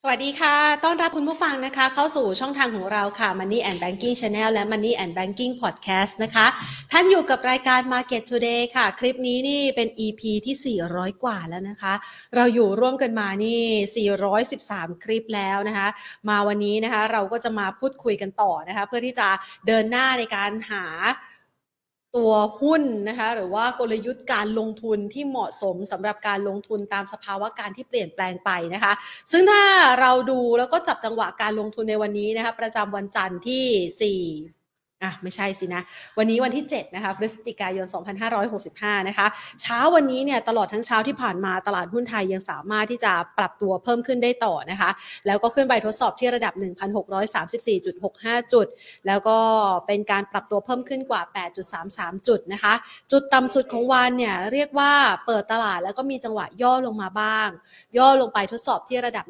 สวัสดีค่ะต้อนรับคุณผู้ฟังนะคะเข้าสู่ช่องทางของเราค่ะ Money and Banking Channel และ Money and Banking Podcast นะคะท่านอยู่กับรายการ Market Today ค่ะคลิปนี้นี่เป็น EP ที่400กว่าแล้วนะคะเราอยู่ร่วมกันมานี่413คลิปแล้วนะคะมาวันนี้นะคะเราก็จะมาพูดคุยกันต่อนะคะเพื่อที่จะเดินหน้าในการหาตัวหุ้นนะคะหรือว่ากลยุทธ์การลงทุนที่เหมาะสมสำหรับการลงทุนตามสภาวะการที่เปลี่ยนแปลงไปนะคะซึ่งถ้าเราดูแล้วก็จับจังหวะการลงทุนในวันนี้นะคะประจำวันจันทร์ที่4ไม่ใช่สินะวันนี้วันที่7นะคะพฤศจิกายน2565นะคะเช้าวันนี้เนี่ยตลอดทั้งเช้าที่ผ่านมาตลาดหุ้นไทยยังสามารถที่จะปรับตัวเพิ่มขึ้นได้ต่อนะคะแล้วก็ขึ้นไปทดสอบที่ระดับ 1,634.65 จุดแล้วก็เป็นการปรับตัวเพิ่มขึ้นกว่า 8.33 จุดนะคะจุดต่ำสุดของวันเนี่ยเรียกว่าเปิดตลาดแล้วก็มีจังหวะย่อลงมาบ้างย่อลงไปทดสอบที่ระดับ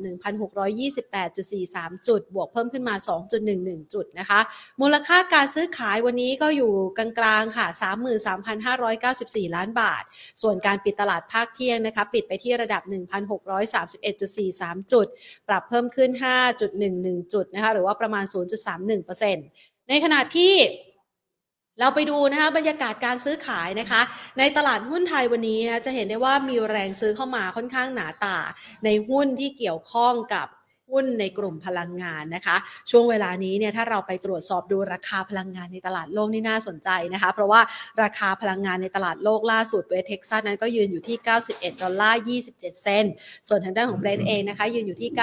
1,628.43 จุดบวกเพิ่มขึ้นมา 2.11 จุดนะคะมูลค่าการซื้อขายวันนี้ก็อยู่กลางๆค่ะ 33,594 ล้านบาทส่วนการปิดตลาดภาคเที่ยงนะคะปิดไปที่ระดับ 1,631.43 จุดปรับเพิ่มขึ้น 5.11 จุดนะคะหรือว่าประมาณ 0.31% ในขณะที่เราไปดูนะคะบรรยากาศการซื้อขายนะคะในตลาดหุ้นไทยวันนี้นะจะเห็นได้ว่ามีแรงซื้อเข้ามาค่อนข้างหนาตาในหุ้นที่เกี่ยวข้องกับหุ้นในกลุ่มพลังงานนะคะช่วงเวลานี้เนี่ยถ้าเราไปตรวจสอบดูราคาพลังงานในตลาดโลกนี่น่าสนใจนะคะเพราะว่าราคาพลังงานในตลาดโลกล่าสุดเวสเท็กซัสนั้นก็ยืนอยู่ที่$91.27ส่วนทางด้านของเบรนท์เองนะคะยืนอยู่ที่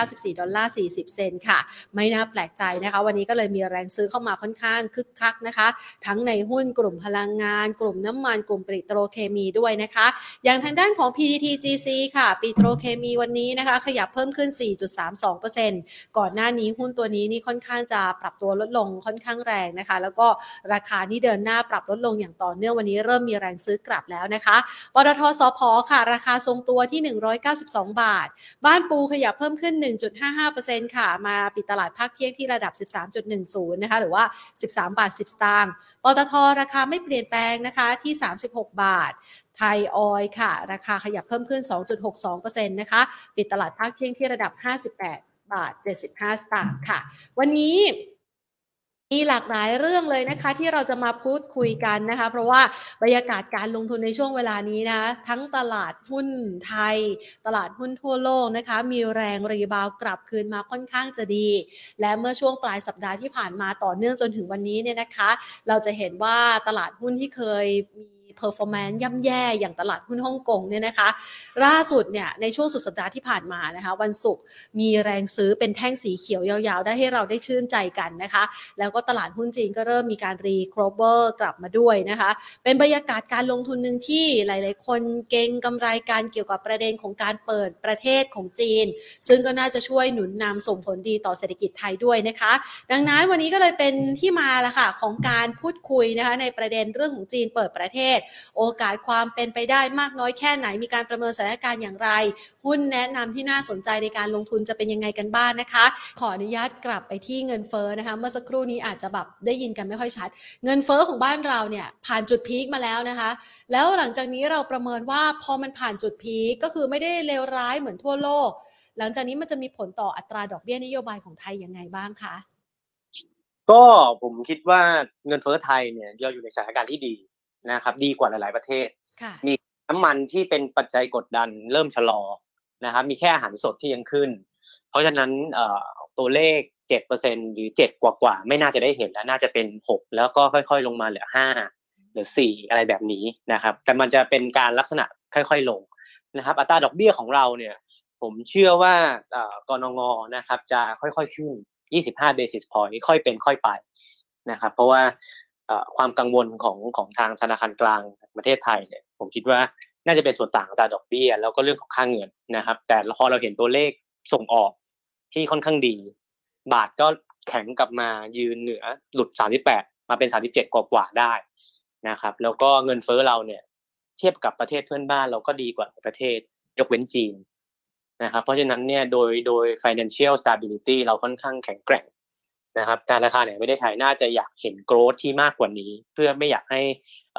$94.40ค่ะไม่น่าแปลกใจนะคะวันนี้ก็เลยมีแรงซื้อเข้ามาค่อนข้างคึกคักนะคะทั้งในหุ้นกลุ่มพลังงานกลุ่มน้ำมันกลุ่มปิโตรเคมีด้วยนะคะอย่างทางด้านของ PTTGC ค่ะปิโตรเคมีวันนี้นะคะขยับเพิ่มขึ้น 4.32%ก่อนหน้านี้หุ้นตัวนี้นี่ค่อนข้างจะปรับตัวลดลงค่อนข้างแรงนะคะแล้วก็ราคานี่เดินหน้าปรับลดลงอย่างต่อเนื่องวันนี้เริ่มมีแรงซื้อกลับแล้วนะคะปตท.สผ.ค่ะราคาทรงตัวที่192บาทบ้านปูขยับเพิ่มขึ้น 1.55% ค่ะมาปิดตลาดภาคเที่ยงที่ระดับ 13.10 นะคะหรือว่า13บาท10สตางค์ปตท.ราคาไม่เปลี่ยนแปลงนะคะที่36บาทไทยออยล์ค่ะราคาขยับเพิ่มขึ้น 2.62% นะคะปิดตลาดภาคเที่ยงที่ระดับ58บาท75สตางค์ค่ะวันนี้มีหลากหลายเรื่องเลยนะคะที่เราจะมาพูดคุยกันนะคะเพราะว่าบรรยากาศการลงทุนในช่วงเวลานี้นะทั้งตลาดหุ้นไทยตลาดหุ้นทั่วโลกนะคะมีแรงรีบาวกลับคืนมาค่อนข้างจะดีและเมื่อช่วงปลายสัปดาห์ที่ผ่านมาต่อเนื่องจนถึงวันนี้เนี่ยนะคะเราจะเห็นว่าตลาดหุ้นที่เคยมีperformance ย่ำแย่อย่างตลาดหุ้นฮ่องกงเนี่ยนะคะล่าสุดเนี่ยในช่วงสุดสัปดาห์ที่ผ่านมานะคะวันศุกร์มีแรงซื้อเป็นแท่งสีเขียวยาวๆได้ให้เราได้ชื่นใจกันนะคะแล้วก็ตลาดหุ้นจีนก็เริ่มมีการรีครเวอร์กลับมาด้วยนะคะเป็นบรรยากาศการลงทุนหนึ่งที่หลายๆคนเก็งกำไรการเกี่ยวกับประเด็นของการเปิดประเทศของจีนซึ่งก็น่าจะช่วยหนุนนำส่งผลดีต่อเศรษฐกิจไทยด้วยนะคะดังนั้นวันนี้ก็เลยเป็นที่มาละค่ะของการพูดคุยนะคะในประเด็นเรื่องของจีนเปิดประเทศโอกาสความเป็นไปได้มากน้อยแค่ไหนมีการประเมินสถานการณ์อย่างไรหุ้นแนะนำที่น่าสนใจในการลงทุนจะเป็นยังไงกันบ้างนะคะขออนุญาตกลับไปที่เงินเฟ้อนะคะเมื่อสักครู่นี้อาจจะแบบได้ยินกันไม่ค่อยชัดเงินเฟ้อของบ้านเราเนี่ยผ่านจุดพีคมาแล้วนะคะแล้วหลังจากนี้เราประเมินว่าพอมันผ่านจุดพีคก็คือไม่ได้เลวร้ายเหมือนทั่วโลกหลังจากนี้มันจะมีผลต่ออัตราดอกเบี้ยนโยบายของไทยยังไงบ้างคะก็ผมคิดว่าเงินเฟ้อไทยเนี่ยเราอยู่ในสถานการณ์ที่ดีนะครับดีกว่าหลายๆประเทศมีน้ำมันที่เป็นปัจจัยกดดันเริ่มชะลอนะครับมีแค่อาหารสดที่ยังขึ้นเพราะฉะนั้นตัวเลข 7% หรือ7กว่าๆไม่น่าจะได้เห็นแล้วน่าจะเป็น6แล้วก็ค่อยๆลงมาเหลือ5หรือ4อะไรแบบนี้นะครับแต่มันจะเป็นการลักษณะค่อยๆลงนะครับอัตราดอกเบี้ยของเราเนี่ยผมเชื่อว่ากนงนะครับจะค่อยๆขึ้น25 basis point ค่อยเป็นค่อยไปนะครับเพราะว่าความกังวลของทางธนาคารกลางประเทศไทยเนี่ยผมคิดว่าน่าจะเป็นส่วนต่างอัตราดอกเบี้ยแล้วก็เรื่องของค่าเงินนะครับแต่พอเราเห็นตัวเลขส่งออกที่ค่อนข้างดีบาทก็แข็งกลับมายืนเหนือหลุด38มาเป็น37กว่าๆได้นะครับแล้วก็เงินเฟ้อเราเนี่ยเทียบกับประเทศเพื่อนบ้านเราก็ดีกว่าประเทศยกเว้นจีนนะครับเพราะฉะนั้นเนี่ยโดย financial stability เราค่อนข้างแข็งแกร่งนะครับธนาคารแห่งประเทศไทยน่าจะอยากเห็น growth ที่มากกว่านี้เพื่อไม่อยากให้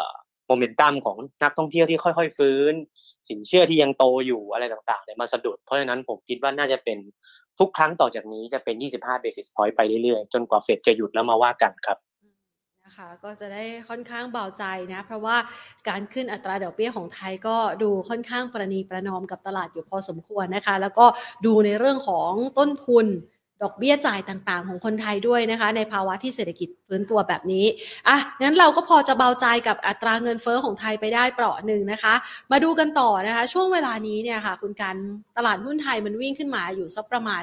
โมเมนตัมของนักท่องเที่ยวที่ค่อยๆฟื้นสินเชื่อที่ยังโตอยู่อะไรต่างๆเนี่ยมาสะดุดเพราะฉะนั้นผมคิดว่าน่าจะเป็นทุกครั้งต่อจากนี้จะเป็น25 basis point ไปเรื่อยๆจนกว่าเฟดจะหยุดแล้วมาว่ากันครับนะคะก็จะได้ค่อนข้างเบาใจนะเพราะว่าการขึ้นอัตราดอกเบี้ยของไทยก็ดูค่อนข้างประนีประนอมกับตลาดอยู่พอสมควรนะคะแล้วก็ดูในเรื่องของต้นทุนดอกเบี้ยจ่ายต่างๆของคนไทยด้วยนะคะในภาวะที่เศรษฐกิจฟื้นตัวแบบนี้งั้นเราก็พอจะเบาใจกับอัตราเงินเฟ้อของไทยไปได้เปราะหนึ่งนะคะมาดูกันต่อนะคะช่วงเวลานี้เนี่ยค่ะคุณการตลาดหุ้นไทยมันวิ่งขึ้นมาอยู่สักประมาณ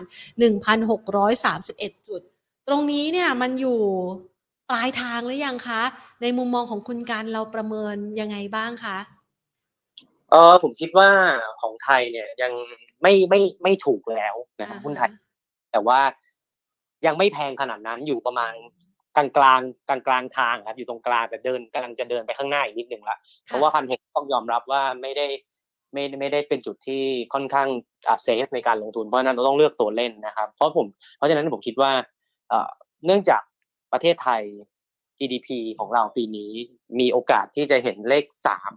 1,631 จุดตรงนี้เนี่ยมันอยู่ปลายทางหรือยังคะในมุมมองของคุณการเราประเมินยังไงบ้างคะผมคิดว่าของไทยเนี่ยยังไม่ถูกแล้วนะครับหุ้นไทยแต่ว่ายังไม่แพงขนาดนั้นอยู่ประมาณกลางทางครับอยู่ตรงกลางแต่กำลังจะเดินไปข้างหน้าอีกนิดนึงละเพราะว่าพันธะต้องยอมรับว่าไม่ได้เป็นจุดที่ค่อนข้างเซฟในการลงทุนเพราะฉะนั้นเราต้องเลือกตัวเล่นนะครับเพราะฉะนั้นผมคิดว่าเนื่องจากประเทศไทย GDP ของเราปีนี้มีโอกาสที่จะเห็นเลข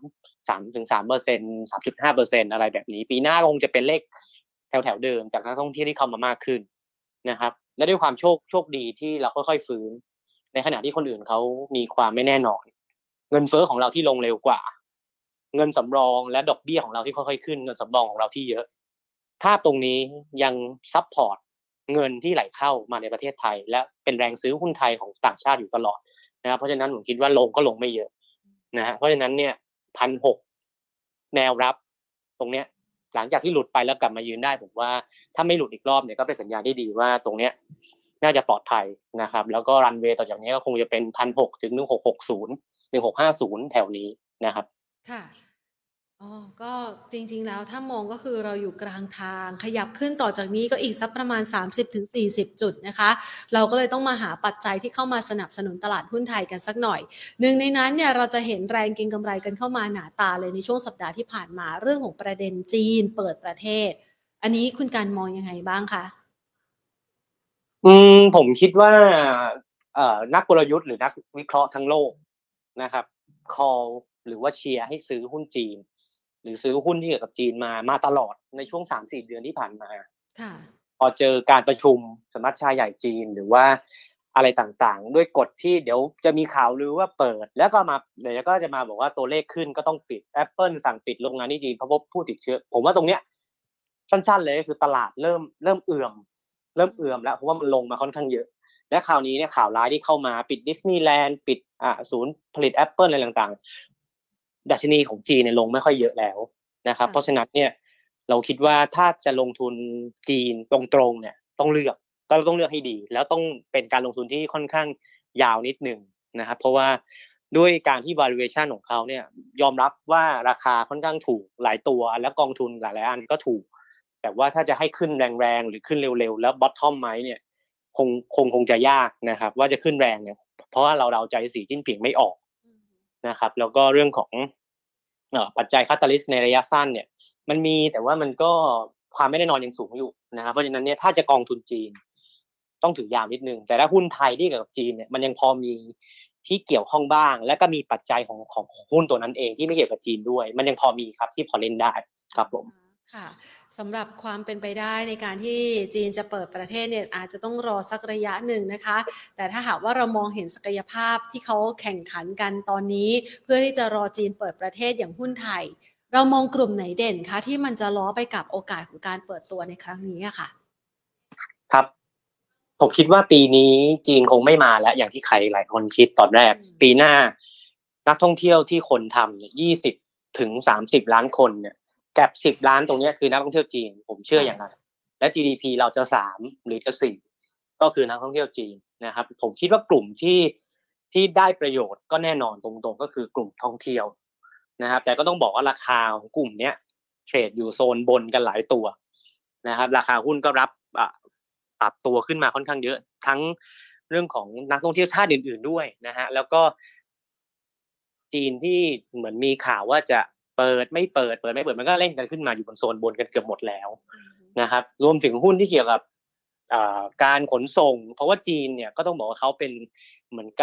3-3% 3.5% อะไรแบบนี้ปีหน้าคงจะเป็นเลขแถวเดิมจากนักท่องเที่ยวที่เข้ามามากขึ้นนะครับและด้วยความโชคดีที่เราค่อยๆฟื้นในขณะที่คนอื่นเขามีความไม่แน่นอนเงินเฟ้อของเราที่ลงเร็วกว่าเงินสำรองและดอกเบี้ยของเราที่ค่อยๆขึ้นเงินสำรองของเราที่เยอะถ้าตรงนี้ยังซัพพอร์ตเงินที่ไหลเข้ามาในประเทศไทยและเป็นแรงซื้อหุ้นไทยของต่างชาติอยู่ตลอดนะครับเพราะฉะนั้นผมคิดว่าลงก็ลงไม่เยอะนะฮะเพราะฉะนั้นเนี่ย1,600แนวรับตรงเนี้ยหลังจากที่หลุดไปแล้วกลับมายืนได้ผมว่าถ้าไม่หลุดอีกรอบเนี่ยก็เป็นสัญญาณที่ดีว่าตรงเนี้ยน่าจะปลอดภัยนะครับแล้วก็รันเวย์ต่อจากนี้ก็คงจะเป็น1,600ถึง1660 1650แถวนี้นะครับค่ะก็จริงๆแล้วถ้ามองก็คือเราอยู่กลางทางขยับขึ้นต่อจากนี้ก็อีกสักประมาณ30-40จุดนะคะเราก็เลยต้องมาหาปัจจัยที่เข้ามาสนับสนุนตลาดหุ้นไทยกันสักหน่อยหนึ่งในนั้นเนี่ยเราจะเห็นแรงเก็งกำไรกันเข้ามาหนาตาเลยในช่วงสัปดาห์ที่ผ่านมาเรื่องของประเด็นจีนเปิดประเทศอันนี้คุณการมองยังไงบ้างคะผมคิดว่านักกลยุทธ์หรือนักวิเคราะห์ทั้งโลกนะครับ call หรือว่าเชียร์ให้ซื้อหุ้นจีนหรือซื้อหุ้นที่เกี่ยวกับจีนมาตลอดในช่วง 3-4 เดือนที่ผ่านมาพอเจอการประชุมสมัชชาใหญ่จีนหรือว่าอะไรต่างๆด้วยกฎที่เดี๋ยวจะมีข่าวลือว่าเปิดแล้วก็เดี๋ยวก็จะมาบอกว่าตัวเลขขึ้นก็ต้องปิด Apple สั่งปิดโรงงานที่จีนเพราะว่าผู้ติดเชื้อผมว่าตรงเนี้ยสั้นๆเลยคือตลาดเริ่มเอื่อมแล้วเพราะว่ามันลงมาค่อนข้างเยอะและคราวนี้เนี่ยข่าวร้ายที่เข้ามาปิดดิสนีย์แลนด์ปิดศูนย์ผลิต Apple อะไรต่างๆดัชนีของจีนเนี่ยลงไม่ค่อยเยอะแล้วนะครับเพราะฉะนั้นเนี่ยเราคิดว่าถ้าจะลงทุนจีนตรงๆเนี่ยต้องเลือกให้ดีแล้วต้องเป็นการลงทุนที่ค่อนข้างยาวนิดนึงนะครับเพราะว่าด้วยการที่ valuation ของเขาเนี่ยยอมรับว่าราคาค่อนข้างถูกหลายตัวและกองทุนหลายๆอันก็ถูกแต่ว่าถ้าจะให้ขึ้นแรงๆหรือขึ้นเร็วๆแล้ว bottom ไหมเนี่ยคงจะยากนะครับว่าจะขึ้นแรงเนี่ยเพราะว่าเราเดาใจสีจิ้นผิงไม่ออกนะครับแล้วก็เรื่องของปัจจัยคาตาลิสต์ในระยะสั้นเนี่ยมันมีแต่ว่ามันก็ความไม่แน่นอนยังสูงอยู่นะครับเพราะฉะนั้นเนี่ยถ้าจะกองทุนจีนต้องถือยาวนิดนึงแต่ถ้าหุ้นไทยที่เกี่ยวกับจีนเนี่ยมันยังพอมีที่เกี่ยวข้องบ้างและก็มีปัจจัยของหุ้นตัวนั้นเองที่ไม่เกี่ยวกับจีนด้วยมันยังพอมีครับที่พอเล่นได้ครับผมค่ะสำหรับความเป็นไปได้ในการที่จีนจะเปิดประเทศเนี่ยอาจจะต้องรอสักระยะหนึ่งนะคะแต่ถ้าหากว่าเรามองเห็นศักยภาพที่เขาแข่งขันกันตอนนี้เพื่อที่จะรอจีนเปิดประเทศอย่างหุ้นไทยเรามองกลุ่มไหนเด่นคะที่มันจะล้อไปกับโอกาสของการเปิดตัวในครั้งนี้อะค่ะครับผมคิดว่าปีนี้จีนคงไม่มาแล้วอย่างที่ใครหลายคนคิดตอนแรกปีหน้านักท่องเที่ยวที่คนทำเนี่ย20-30 ล้านคนเนี่ยแก็บ10 ล้านตรงนี้คือนักท่องเที่ยวจีนผมเชื่ออย่างนั้นและ GDP เราจะ3หรือจะ4ก็คือนักท่องเที่ยวจีนนะครับผมคิดว่ากลุ่มที่ได้ประโยชน์ก็แน่นอนตรงๆก็คือกลุ่มท่องเที่ยวนะครับแต่ก็ต้องบอกว่าราคาของกลุ่มนี้เทรดอยู่โซนบนกันหลายตัวนะครับราคาหุ้นก็รับปรับตัวขึ้นมาค่อนข้างเยอะทั้งเรื่องของนักท่องเที่ยวชาติอื่นๆด้วยนะฮะแล้วก็จีนที่เหมือนมีข่าวว่าจะเปิดไม่เปิดมันก็เล่นกันขึ้นมาอยู่บนโซนบนกันเกือบหมดแล้วนะครับรวมถึงหุ้นที่เกี่ยวกับการขนส่งเพราะว่าจีนเนี่ยก็ต้องบอกว่าเขาเป็นเหมือนกับ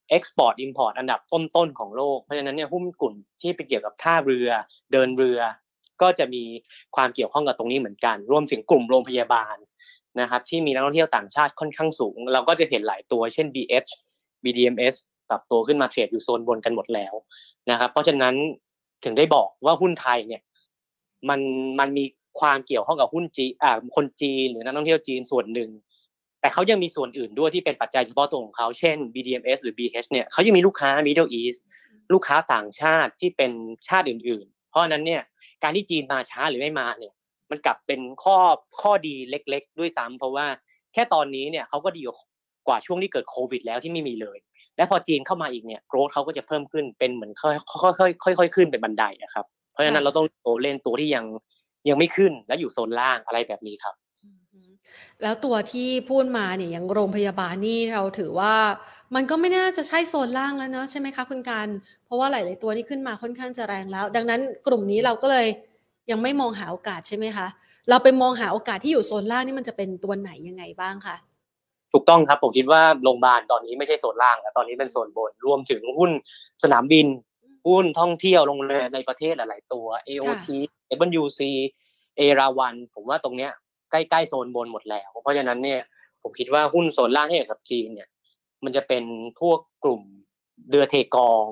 Export Import อันดับต้นๆของโลกเพราะฉะนั้นเนี่ยหุ้นกลุ่มที่ไปเกี่ยวกับท่าเรือเดินเรือก็จะมีความเกี่ยวข้องกับตรงนี้เหมือนกันรวมถึงกลุ่มโรงพยาบาลนะครับที่มีนักท่องเที่ยวต่างชาติค่อนข้างสูงเราก็จะเห็นหลายตัวเช่น BH BDMs ปรับตัวขึ้นมาเทรดอยู่โซนบนกันหมดแล้วนะครับเพราะฉะนั้นถึงได้บอกว่าหุ้นไทยเนี่ยมันมีความเกี่ยวข้องกับหุ้นจีคนจีนหรือนักท่องเที่ยวจีนส่วนหนึ่งแต่เขายังมีส่วนอื่นด้วยที่เป็นปัจจัยเฉพาะตัวของเขาเช่น BDMs หรือ BH เนี่ยเขายังมีลูกค้า Middle East ลูกค้าต่างชาติที่เป็นชาติอื่นๆเพราะฉะนั้นเนี่ยการที่จีนมาช้าหรือไม่มาเนี่ยมันกลับเป็นข้อดีเล็กๆด้วยซ้ำเพราะว่าแค่ตอนนี้เนี่ยเขาก็ดีกว่าช่วงที่เกิดโควิดแล้วที่ไม่มีเลยและพอจีนเข้ามาอีกเนี่ยโกรธเขาก็จะเพิ่มขึ้นเป็นเหมือนค่อยขึ้นเป็นบันไดนะครับเพราะฉะนั้นเราต้องเล่นตัวที่ยังไม่ขึ้นและอยู่โซนล่างอะไรแบบนี้ครับแล้วตัวที่พูดมาเนี่ยอย่างโรงพยาบาลนี่เราถือว่ามันก็ไม่น่าจะใช่โซนล่างแล้วเนอะใช่ไหมคะคุณการเพราะว่าหลายๆตัวนี่ขึ้นมาค่อนข้างจะแรงแล้วดังนั้นกลุ่มนี้เราก็เลยยังไม่มองหาโอกาสใช่ไหมคะเราไปมองหาโอกาสที่อยู่โซนล่างนี่มันจะเป็นตัวไหนยังไงบ้างคะถูกต้องครับผมคิดว่าโรงพยาบาลตอนนี้ไม่ใช่โซนล่างแล้วตอนนี้เป็นโซนบนรวมถึงหุ้นสนามบินหุ้นท่องเที่ยวโรงแรมในประเทศหลายๆตัว AOT WC เอราวันผมว่าตรงเนี้ยใกล้ๆโซนบนหมดแล้วเพราะฉะนั้นเนี่ยผมคิดว่าหุ้นโซนล่างที่เกี่ยวกับจีนเนี่ยมันจะเป็นพวกกลุ่มเรือเทกอง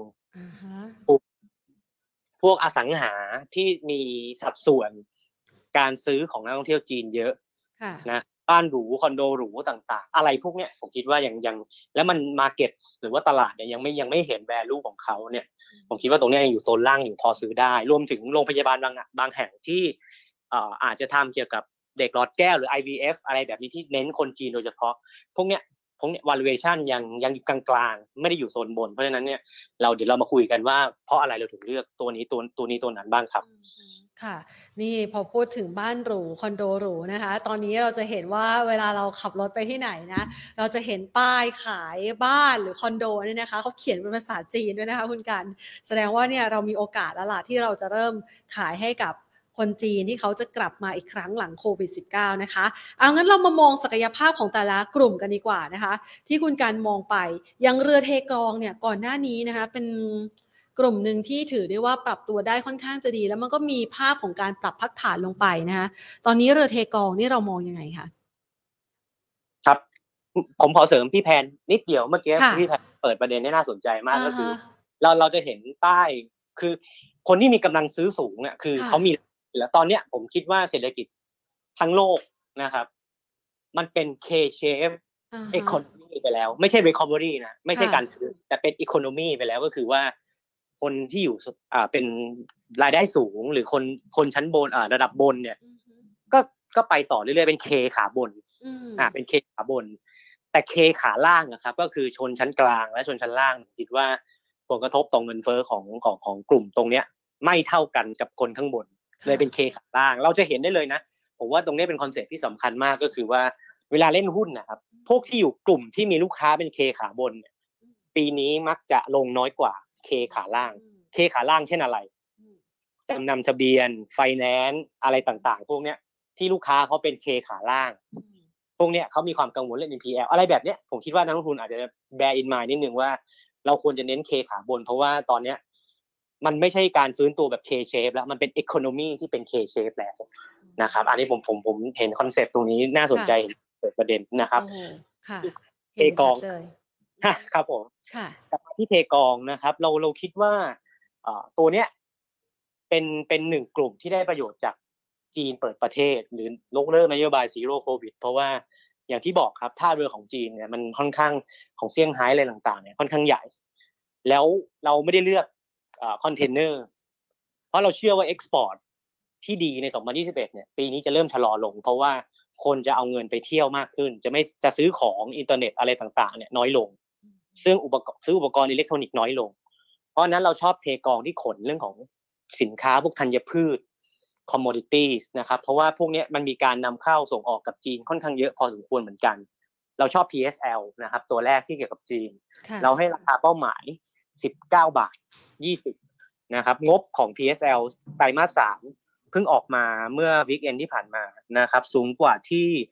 พวกอสังหาที่มีสัดส่วนการซื้อของนักท่องเที่ยวจีนเยอะนะบ้านหรูคอนโดหรูต่างๆอะไรพวกเนี้ยผมคิดว่ายังแล้วมันมาร์เก็ตหรือว่าตลาดเนี่ยยังไม่เห็น value ของเขาเนี่ยผมคิดว่าตรงนี้ยังอยู่โซนล่างอยู่พอซื้อได้รวมถึงโรงพยาบาลบางแห่งที่อาจจะทำเกี่ยวกับเด็กหลอดแก้วหรือ IVF อะไรแบบนี้ที่เน้นคนจีนโดยเฉพาะพวกเนี้ยvaluation ยังอยู่กลางๆไม่ได้อยู่โซนบนเพราะฉะนั้นเนี่ยเดี๋ยวเรามาคุยกันว่าเพราะอะไรเราถึงเลือกตัวนี้ตัวนั้นบ้างครับค่ะนี่พอพูดถึงบ้านหรูคอนโดหรูนะคะตอนนี้เราจะเห็นว่าเวลาเราขับรถไปที่ไหนนะเราจะเห็นป้ายขายบ้านหรือคอนโดเนี่ยนะคะเขาเขียนเป็นภาษาจีนด้วยนะคะคุณกันแสดงว่าเนี่ยเรามีโอกาสแล้วล่ะที่เราจะเริ่มขายให้กับคนจีนที่เขาจะกลับมาอีกครั้งหลังโควิด -19 นะคะเอางั้นเรามามองศักยภาพของแต่ละกลุ่มกันดีกว่านะคะที่คุณการมองไปยังเรือเทกองเนี่ยก่อนหน้านี้นะคะเป็นกลุ่มหนึ่งที่ถือได้ว่าปรับตัวได้ค่อนข้างจะดีแล้วมันก็มีภาพของการปรับพักฐานลงไปนะคะตอนนี้เรือเทกองนี่เรามองยังไงคะครับผมขอเสริมพี่แพนนิดเดียวเมื่อกี้พี่แพนเปิดประเด็นที่น่าสนใจมากก็คือเราจะเห็นป้ายคือคนที่มีกำลังซื้อสูงเนี่ยคือเขามีแล้วตอนเนี้ยผมคิดว่าเศรษฐกิจทั้งโลกนะครับมันเป็น K-shape economy ไปแล้วไม่ใช่ recovery นะไม่ใช่การซื้อแต่เป็น economy ไปแล้วก็คือว่าคนที่อยู่เป็นรายได้สูงหรือคนชั้นบนระดับบนเนี่ยก็ไปต่อเรื่อยๆเป็น K ขาบนเป็น K ขาบนแต่ K ขาล่างนะครับก็คือชนชั้นกลางและชนชั้นล่างคิดว่าผลกระทบต่อเงินเฟ้อของกลุ่มตรงเนี้ยไม่เท่ากันกับคนข้างบนเลยเป็น K ขาล่างเราจะเห็นได้เลยนะผมว่าตรงนี้เป็นคอนเซ็ปต์ที่สำคัญมากก็คือว่าเวลาเล่นหุ้นนะครับพวกที่อยู่กลุ่มที่มีลูกค้าเป็น K ขาบนเนี่ยปีนี้มักจะลงน้อยกว่า K ขาล่าง K ขาล่างเช่นอะไรจำนำทะเบียนไฟแนนซ์อะไรต่างๆพวกเนี้ยที่ลูกค้าเขาเป็น K ขาล่างพวกเนี้ยเขามีความกังวลเรื่อง NPL อะไรแบบเนี้ยผมคิดว่านักลงทุนอาจจะ bear in mind นิดนึงว่าเราควรจะเน้น K ขาบนเพราะว่าตอนเนี้ยมันไม่ใช่การฟื้นตัวแบบ K shape แล้วมันเป็น economy ที่เป็น K shape แล้วนะครับอันนี้ผมเห็นคอนเซ็ปต์ตรงนี้น่าสนใจเปิดประเด็นนะครับเทกองเลยครับผมกลับมาที่เทกองนะครับเราคิดว่าตัวเนี้ยเป็นหนึ่งกลุ่มที่ได้ประโยชน์จากจีนเปิดประเทศหรือยกเลิกนโยบายซีโร่โควิดเพราะว่าอย่างที่บอกครับท่าเรือของจีนเนี่ยมันค่อนข้างของเซี่ยงไฮ้อะไรต่างๆเนี่ยค่อนข้างใหญ่แล้วเราไม่ได้เลือกคอนเทนเนอร์เพราะเราเชื่อว่าเอ็กซ์พอร์ตที่ดีใน2021เนี่ยปีนี้จะเริ่มชะลอลงเพราะว่าคนจะเอาเงินไปเที่ยวมากขึ้นจะซื้อของอินเทอร์เน็ตอะไรต่างๆเนี่ยน้อยลงซึ่งซื้ออุปกรณ์อิเล็กทรอนิกส์น้อยลงเพราะนั้นเราชอบเทกองที่ขนเรื่องของสินค้าพวกธัญพืช commodities นะครับเพราะว่าพวกนี้มันมีการนำเข้าส่งออกกับจีนค่อนข้างเยอะพอสมควรเหมือนกันเราชอบ PSL นะครับตัวแรกที่เกี่ยวกับจีนเราให้ราคาเป้าหมาย19.20 บาทนะครับงบของ PSL ไตรมาส 3เพิ่งออกมาเมื่อวีคเอนด์ที่ผ่านมานะครับสูงกว่าที่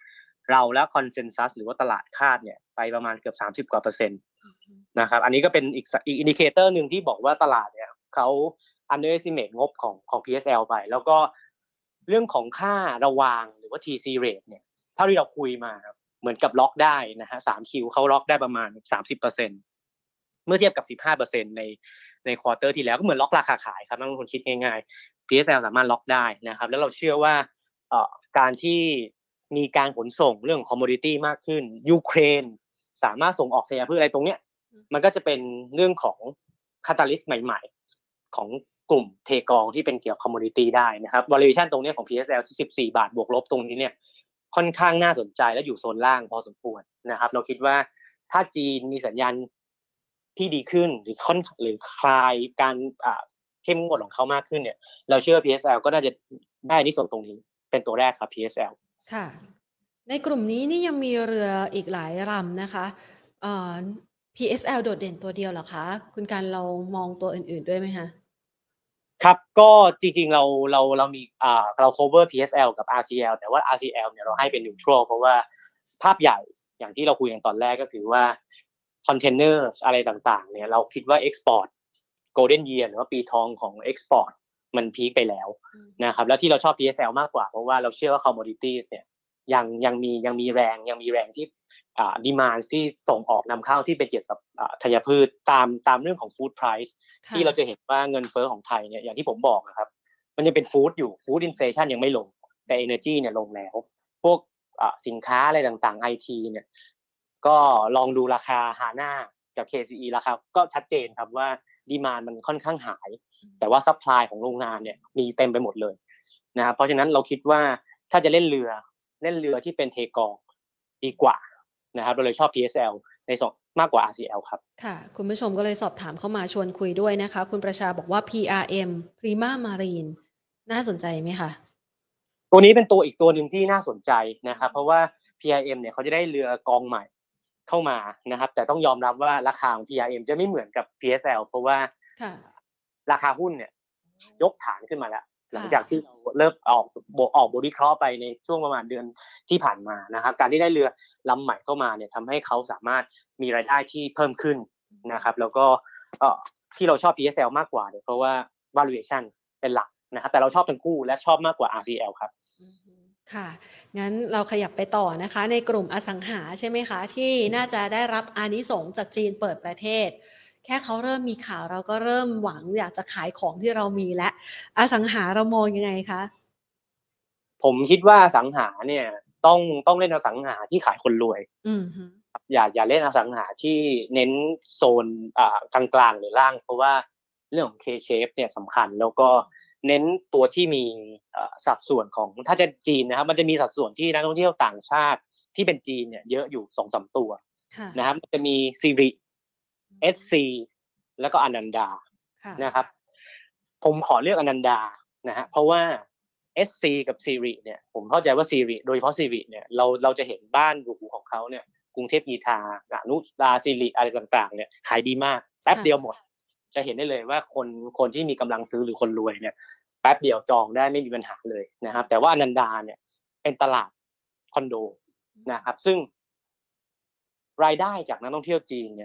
เราและคอนเซนซัสหรือว่าตลาดคาดเนี่ยไปประมาณเกือบ30%กว่านะครับอันนี้ก็เป็นอีกอินดิเคเตอร์นึงที่บอกว่าตลาดเนี่ยเขา underestimate งบของ PSL ไปแล้วก็เรื่องของค่าระวางหรือว่า TC rate เนี่ยเท่าที่เราคุยมาครับเหมือนกับล็อกได้นะฮะ3คิวเขาล็อกได้ประมาณ 30%เมื่อเทียบกับ 15% ในควอเตอร์ที่แล้วก็เหมือนล็อกราคาขายครับนักลงทุนคิดง่ายๆ PSL สามารถล็อกได้นะครับแล้วเราเชื่อว่าการที่มีการขนส่งเรื่องของคอมโมดิตี้มากขึ้นยูเครนสามารถส่งออกธัญพืชอะไรตรงเนี้ยมันก็จะเป็นเรื่องของคาตาลิสต์ใหม่ๆของกลุ่มเทกองที่เป็นเกี่ยวกับคอมโมดิตี้ได้นะครับ valuation ตรงนี้ของ PSL ที่14 บาทบวกลบตรงนี้เนี่ยค่อนข้างน่าสนใจและอยู่โซนล่างพอสมควรนะครับเราคิดว่าถ้าจีนมีสัญญาณที่ดีขึ้นหรือคลายการเข้มงวดของเขามากขึ้นเนี่ยเราเชื่อ PSL ก็น่าจะได้ที่ส่วนตรงนี้เป็นตัวแรกครับ PSL ค่ะในกลุ่มนี้นี่ยังมีเรืออีกหลายลำนะคะPSL โดดเด่นตัวเดียวเหรอคะคุณการเรามองตัวอื่นๆด้วยไหมคะครับก็จริงๆเรามีเรา cover PSL กับ RCL แต่ว่า RCL เนี่ยเราให้เป็น neutral เพราะว่าภาพใหญ่อย่างที่เราคุยกันตอนแรกก็คือว่าคอนเทนเนอร์อะไรต่างๆเนี่ยเราคิดว่า export golden year หรือว่าปีทองของ export มันพีคไปแล้วนะครับแล้วที่เราชอบ PSL มากกว่าเพราะว่าเราเชื่อว่า commodities เนี่ยยังมีแรงที่demand ที่ส่งออกนำเข้าที่เป็นเกี่ยวกับธัญพืชตามเรื่องของ food price ที่เราจะเห็นว่าเงินเฟ้อของไทยเนี่ยอย่างที่ผมบอกนะครับมันยังเป็นฟู้ดอยู่ฟู้ดอินเฟลชันยังไม่ลงแต่ energy เนี่ยลงแล้วพวกสินค้าอะไรต่างๆ IT เนี่ยก็ลองดูราคาฮาน่ากับ KCE ราคาก็ชัดเจนครับว่าดีมานด์มันค่อนข้างหายแต่ว่าซัพพลายของโรงงานเนี่ยมีเต็มไปหมดเลยนะครับเพราะฉะนั้นเราคิดว่าถ้าจะเล่นเรือที่เป็นเทกองดีกว่านะครับเราเลยชอบ PSL ในสองมากกว่า RCL ครับค่ะคุณผู้ชมก็เลยสอบถามเข้ามาชวนคุยด้วยนะคะคุณประชาบอกว่า PRM Prima Marine น่าสนใจไหมคะตัวนี้เป็นตัวอีกตัวหนึ่งที่น่าสนใจนะครับเพราะว่า PRM เนี่ยเขาจะได้เรือกองใหม่เข้ามานะครับแต่ต้องยอมรับว่าราคาของ PRM จะไม่เหมือนกับ PSL เพราะว่าราคาหุ้นเนี่ยยกฐานขึ้นมาแล้วหลังจากที่เราเริ่มออกบริเคราะห์ไปในช่วงประมาณเดือนที่ผ่านมานะครับการที่ได้เรือลำใหม่เข้ามาเนี่ยทำให้เขาสามารถมีรายได้ที่เพิ่มขึ้นนะครับแล้วก็ที่เราชอบ PSL มากกว่าเนี่ยเพราะว่า valuation เป็นหลักนะครับแต่เราชอบทั้งคู่และชอบมากกว่า RCL ครับค่ะงั้นเราขยับไปต่อนะคะในกลุ่มอสังหาใช่ไหมคะที่น่าจะได้รับอานิสงส์จากจีนเปิดประเทศแค่เขาเริ่มมีข่าวเราก็เริ่มหวังอยากจะขายของที่เรามีและอสังหาเรามองยังไงคะผมคิดว่าอสังหาเนี่ยต้องเล่นอสังหาที่ขายคนรวยอย่าเล่นอสังหาที่เน้นโซนกลางๆหรือล่างเพราะว่าเรื่องของ K-shape เนี่ยสำคัญแล้วก็เน้นตัวที่มีสัดส่วนของถ้าจะจีนนะครับมันจะมีสัดส่วนที่นักท่องเที่ยวต่างชาติที่เป็นจีนเนี่ยเยอะอยู่ 2-3 ตัวนะครับมันจะมีซีริ SC แล้วก็อนันดานะครับผมขอเลือกอนันดานะฮะเพราะว่า SC กับ Siri เนี่ยผมเข้าใจว่า Siri โดยเฉพาะ Siri เนี่ยเราจะเห็นบ้านหรูของเขาเนี่ยกรุงเทพกีฬาอนุสา Siri อะไรต่างๆเนี่ยขายดีมากแป๊บเดียวหมดจะเห็นได้เลยว่าคนที่มีกำลังซื้อหรือคนรวยเนี่ยแป๊บเดียวจองได้ไม่มีปัญหาเลยนะครับแต่ว่าอนันดาเนี่ยเป็นตลาดคอนโดนะครับซึ่งรายได้จากนักท่องเที่ยวจีนเนี่ย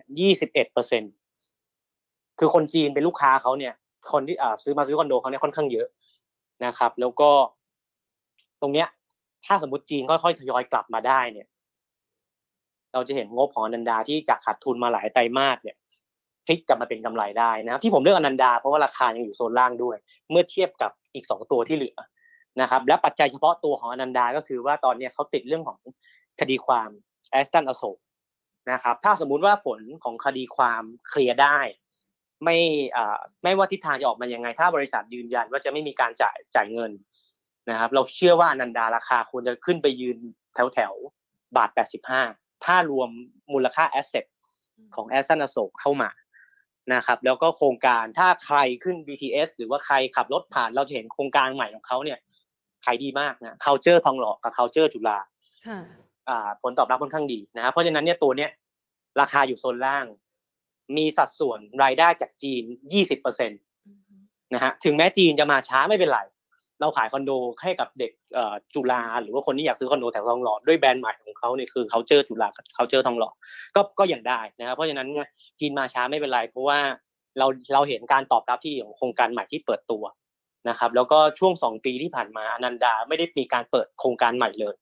21% คือคนจีนเป็นลูกค้าเขาเนี่ยคนที่ซื้อคอนโดเขาเนี่ยค่อนข้างเยอะนะครับแล้วก็ตรงเนี้ยถ้าสมมติจีนค่อยๆทยอยกลับมาได้เนี่ยเราจะเห็นงบของอนันดาที่จากขาดทุนมาหลายไตรมาสเนี่ยพลิกกลับมาเป็นกำไรได้นะครับที่ผมเลือกอนันดาเพราะว่าราคายังอยู่โซนล่างด้วยเมื่อเทียบกับอีก2ตัวที่เหลือนะครับและปัจจัยเฉพาะตัวของอนันดาก็คือว่าตอนนี้เขาติดเรื่องของคดีความแอสตันอโศกนะครับถ้าสมมุติว่าผลของคดีความเคลียร์ได้ไม่ว่าทิศทางจะออกมายังไงถ้าบริษัทยืนยันว่าจะไม่มีการจ่ายเงินนะครับเราเชื่อว่าอนันดาราคาควรจะขึ้นไปยืนแถวบาท85ถ้ารวมมูลค่าแอสเซทของแอสตันอโศกเข้ามานะครับแล้วก็โครงการถ้าใครขึ้น BTS หรือว่าใครขับรถผ่านเราจะเห็นโครงการใหม่ของเขาเนี่ยขายดีมากนะ Culture ทองหล่อกับ Culture จุฬาผลตอบรับค่อนข้างดีนะครับเพราะฉะนั้นเนี่ยตัวเนี้ยราคาอยู่โซนล่างมีสัดส่วนรายได้จากจีน 20% นะฮะถึงแม้จีนจะมาช้าไม่เป็นไรเราขายคอนโดให้กับเด็กจุฬาหรือว่าคนที่อยากซื้อคอนโดแถวทองหล่อด้วยแบรนด์ใหม่ของเขาเนี่ยคือ culture จุฬา culture ทองหล่อก็ยังได้นะครับเพราะฉะนั้นจีนมาช้าไม่เป็นไรเพราะว่าเราเห็นการตอบรับที่ของโครงการใหม่ที่เปิดตัวนะครับแล้วก็ช่วง2 ปีที่ผ่านมาอนันดาไม่ได้มีการเปิดโครงการใหม่เลย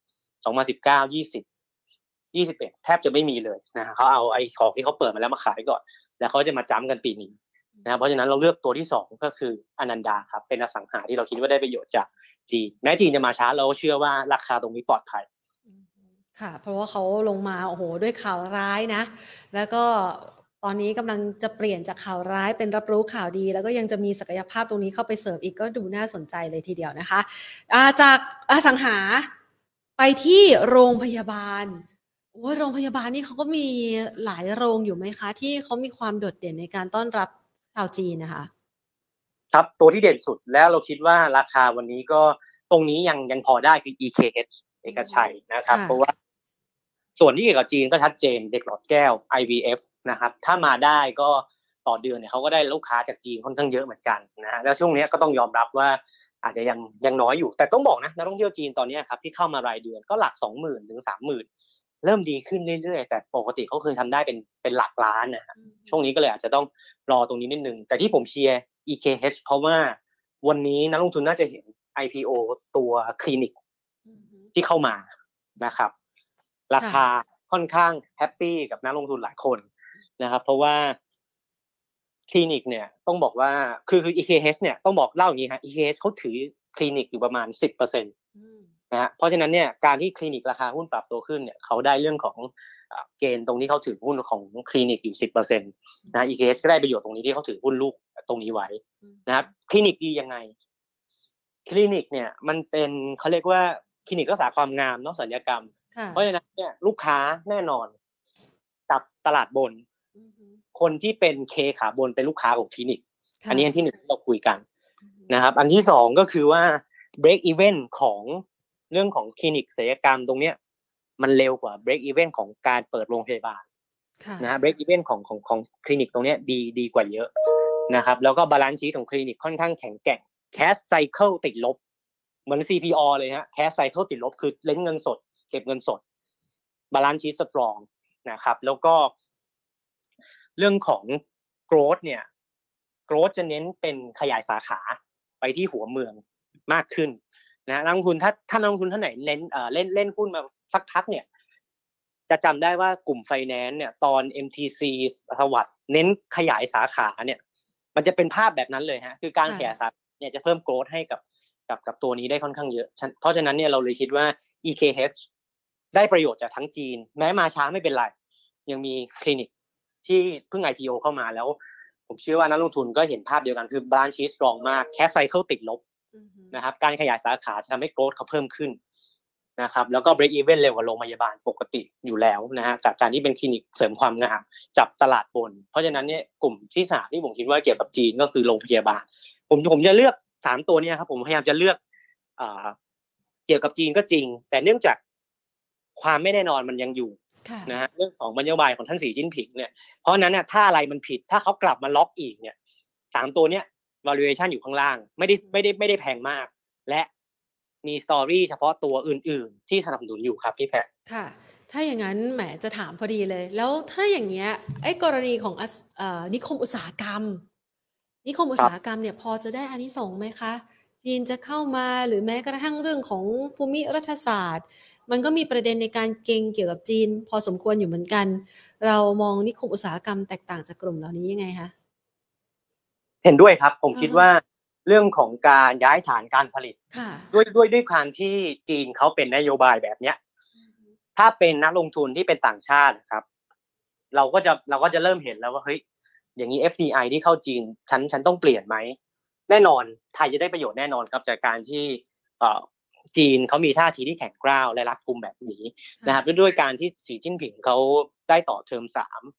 2019 20 21แทบจะไม่มีเลยนะเขาเอาไอ้ของที่เขาเปิดมาแล้วมาขายก่อนแล้วเขาจะมาจ้ำกันปีนี้นะเพราะฉะนั้นเราเลือกตัวที่2ก็คืออนันดาครับเป็นอสังหาที่เราคิดว่าได้ประโยชน์จากจีนแม้จีนจะมาช้าเราเชื่อว่าราคาตรงนี้ปลอดภัยค่ะเพราะว่าเขาลงมาโอ้โหด้วยข่าวร้ายนะแล้วก็ตอนนี้กำลังจะเปลี่ยนจากข่าวร้ายเป็นรับรู้ข่าวดีแล้วก็ยังจะมีศักยภาพตรงนี้เข้าไปเสริมอีกก็ดูน่าสนใจเลยทีเดียวนะคะจากอสังหาไปที่โรงพยาบาลโอ้โรงพยาบาลนี่เขาก็มีหลายโรงอยู่ไหมคะที่เขามีความโดดเด่นในการต้อนรับชาวจีนนะคะครับตัวที่เด่นสุดแล้วเราคิดว่าราคาวันนี้ก็ตรงนี้ยังพอได้คือ EKH เอกชัยนะครับเพราะว่าส่วนที่เกี่ยวกับจีนก็ชัดเจนเด็กหลอดแก้ว IVF นะครับถ้ามาได้ก็ต่อเดือนเนี่ยเขาก็ได้ลูกค้าจากจีนค่อนข้างเยอะเหมือนกันนะฮะแล้วช่วงนี้ก็ต้องยอมรับว่าอาจจะยังน้อยอยู่แต่ต้องบอกนะนักท่องเที่ยวจีนตอนนี้ครับที่เข้ามารายเดือนก็หลัก 20,000 ถึง 30,000 เริ่มดีขึ้นเรื่อยๆแต่ปกติเขาเคยทำได้เป็นหลักล้านนะช่วงนี้ก็เลยอาจจะต้องรอตรงนี้นิดนึงแต่ที่ผมเชียร์ EKH เพราะว่าวันนี้นักลงทุนน่าจะเห็น IPO ตัวคลินิกที่เข้ามานะครับราคาค่อนข้างแฮปปี้กับนักลงทุนหลายคนนะครับเพราะว่าคลินิกเนี่ยต้องบอกว่าคือ EKH เนี่ยต้องบอกเล่าอย่างนี้ฮะ EKH เขาถือคลินิกอยู่ประมาณ 10% นะฮะเพราะฉะนั้นเนี่ยการที่คลินิกราคาหุ้นปรับตัวขึ้นเนี่ยเขาได้เรื่องของเกณฑ์ตรงนี้เขาถือหุ้นของคลินิกอยู่ 10% นะ EKH ก็ได้ประโยชน์ตรงนี้ที่เขาถือหุ้นลูกตรงนี้ไว้นะครับคลินิกดียังไงคลินิกเนี่ยมันเป็นเขาเรียกว่าคลินิกรักษาความงามเนาะศัลยกรรมเพราะฉะนั้นเนี่ยลูกค้าแน่นอนกับตลาดบนคนที่เป็นเคขาบนเป็นลูกค้าของคลินิกอันนี้อันที่1ที่เราคุยกันนะครับอันที่2ก็คือว่า break even ของเรื่องของคลินิกศัลยกรรมตรงเนี้ยมันเร็วกว่า break even ของการเปิดโรงพยาบาลนะฮะ break even ของคลินิกตรงเนี้ยดีกว่าเยอะนะครับแล้วก็ balance sheet ของคลินิกค่อนข้างแข็งแกร่ง cash cycle ติดลบเหมือน CPO เลยฮะ cash cycle ติดลบคือเล่นเงินสดเก็บเงินสด balance sheet strong นะครับแล้วก็เรื่องของ growth เนี่ย growth จะเน้นเป็นขยายสาขาไปที่หัวเมืองมากขึ้นนะนักลงทุนถ้านักลงทุนท่านไหนเน้นเล่นหุ้นมาสักพักเนี่ยจะจำได้ว่ากลุ่มไฟแนนซ์เนี่ยตอน MTC สวัสดิ์เน้นขยายสาขาเนี่ยมันจะเป็นภาพแบบนั้นเลยฮะคือการขยายสาขาเนี่ยจะเพิ่ม growth ให้กับตัวนี้ได้ค่อนข้างเยอะเพราะฉะนั้นเนี่ยเราเลยคิดว่า EKH ได้ประโยชน์จากทั้งจีนแม้มาช้าไม่เป็นไรยังมีคลินิกที่เพิ่ง IPO เข้ามาแล้วผมเชื่อว่านักลงทุนก็เห็นภาพเดียวกันคือ balance sheet strong มาก cash cycle ติดลบนะครับการขยายสาขาจะทำให้ growth เขาเพิ่มขึ้นนะครับแล้วก็ break even เร็วกว่าโรงพยาบาลปกติอยู่แล้วนะฮะจากการที่เป็นคลินิกเสริมความงามจับตลาดบนเพราะฉะนั้นเนี่ยกลุ่มที่3ที่ผมคิดว่าเกี่ยวกับจีนก็คือโรงพยาบาลผมจะเลือก3ตัวนี้ครับผมพยายามจะเลือกเกี่ยวกับจีนก็จริงแต่เนื่องจากความไม่แน่นอนมันยังอยู่นะฮะเรื่องของนโยบายของท่านสีจิ้นผิงเนี่ยเพราะนั้นเนี่ยถ้าอะไรมันผิดถ้าเขากลับมาล็อกอีกเนี่ย3ตัวเนี้ย valuation อยู่ข้างล่างไม่ได้แพงมากและมีสตอรี่เฉพาะตัวอื่นๆที่สนับสนุนอยู่ครับพี่แพรค่ะถ้าอย่างนั้นแหมจะถามพอดีเลยแล้วถ้าอย่างเงี้ยไอ้กรณีของนิคมอุตสาหกรรมเนี่ยพอจะได้อานิสงส์ไหมคะจีนจะเข้ามาหรือแม้กระทั่งเรื่องของภูมิรัฐศาสตร์มันก็มีประเด็นในการเก็งเกี่ยวกับจีนพอสมควรอยู่เหมือนกันเรามองนิคมอุตสาหกรรมแตกต่างจากกลุ่มเหล่านี้ยังไงคะเห็นด้วยครับผมคิดว่าเรื่องของการย้ายฐานการผลิตด้วยการที่จีนเขาเป็นนโยบายแบบเนี้ยถ้าเป็นนักลงทุนที่เป็นต่างชาติครับเราก็จะเริ่มเห็นแล้วว่าเฮ้ยอย่างนี้ FDI ที่เข้าจีนฉันต้องเปลี่ยนไหมแน่นอนไทยจะได้ประโยชน์แน่นอนครับจากการที่จีนเขามีท่าทีที่แข็งกร้าวและรัดกุมแบบนี้นะครับด้วยการที่สีจิ้นผิงเขาได้ต่อเทอม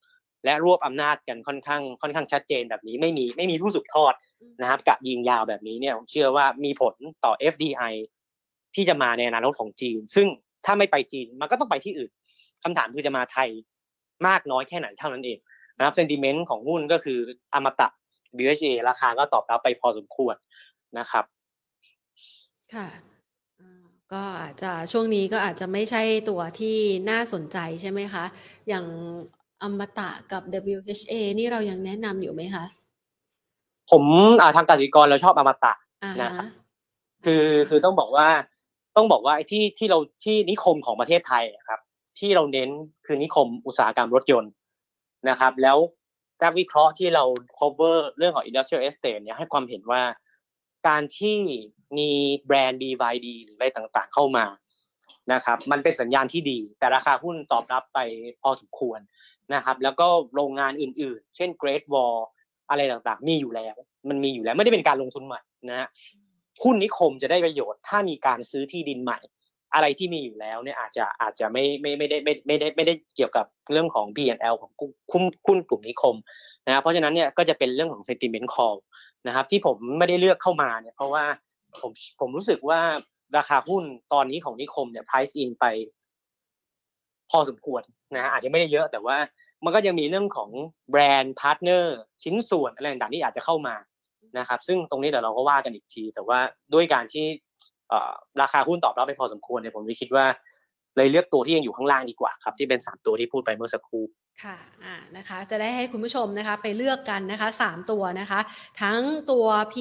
3และรวบอำนาจกันค่อนข้างชัดเจนแบบนี้ไม่มีผู้สืบทอดนะครับกะยิงยาวแบบนี้เนี่ยผมเชื่อว่ามีผลต่อ FDI ที่จะมาในอนาคตของจีนซึ่งถ้าไม่ไปจีนมันก็ต้องไปที่อื่นคำถามคือจะมาไทยมากน้อยแค่ไหนเท่านั้นเองนะครับเซนติเมนต์ของหุ้นก็คืออมตะ BHA ราคาก็ตอบรับไปพอสมควรนะครับค่ะก็อาจจะช่วงนี้ก็อาจจะไม่ใช่ตัวที่น่าสนใจใช่ไหมคะอย่างอมตะกับ WHA นี่เรายังแนะนำอยู่ไหมคะผมทางกสิกรเราชอบอมตะอ่าฮะนะครับอ่คือาต้องบอกว่าไอ้ที่เราที่นิคมของประเทศไทยครับที่เราเน้นคือนิคมอุตสาหกรรมรถยนต์นะครับแล้วนักวิเคราะห์ที่เรา cover เรื่องของ industrial estate เนี่ยให้ความเห็นว่าการที่มีแบรนด์ BYD หรืออะไรต่างๆเข้ามานะครับมันเป็นสัญญาณที่ดีแต่ราคาหุ้นตอบรับไปพอสมควรนะครับแล้วก็โรงงานอื่นๆเช่น Great Wall อะไรต่างๆมีอยู่แล้วมันมีอยู่แล้วไม่ได้เป็นการลงทุนใหม่นะฮะหุ้นนิคมจะได้ประโยชน์ถ้ามีการซื้อที่ดินใหม่อะไรที่มีอยู่แล้วเนี่ยอาจจะไม่ได้เกี่ยวกับเรื่องของ P&L ของหุ้นกลุ่มนิคมนะเพราะฉะนั้นเนี่ยก็จะเป็นเรื่องของ sentiment call นะครับที่ผมไม่ได้เลือกเข้ามาเนี่ยเพราะว่าผมผมรู้สึกว่าราคาหุ้นตอนนี้ของนิคมเนี่ย price in ไปพอสมควรนะอาจจะไม่ได้เยอะแต่ว่ามันก็ยังมีเรื่องของแบรนด์พาร์ทเนอร์ชิ้นส่วนอะไรต่างๆที่อาจจะเข้ามานะครับซึ่งตรงนี้เดี๋ยวเราก็ว่ากันอีกทีแต่ว่าด้วยการที่ราคาหุ้นตอบรับไปพอสมควรเนี่ยผมคิดว่าเลยเลือกตัวที่ยังอยู่ข้างล่างดีกว่าครับที่เป็น3ตัวที่พูดไปเมื่อสักครู่ค่ะนะคะจะได้ให้คุณผู้ชมนะคะไปเลือกกันนะคะ3ตัวนะคะทั้งตัว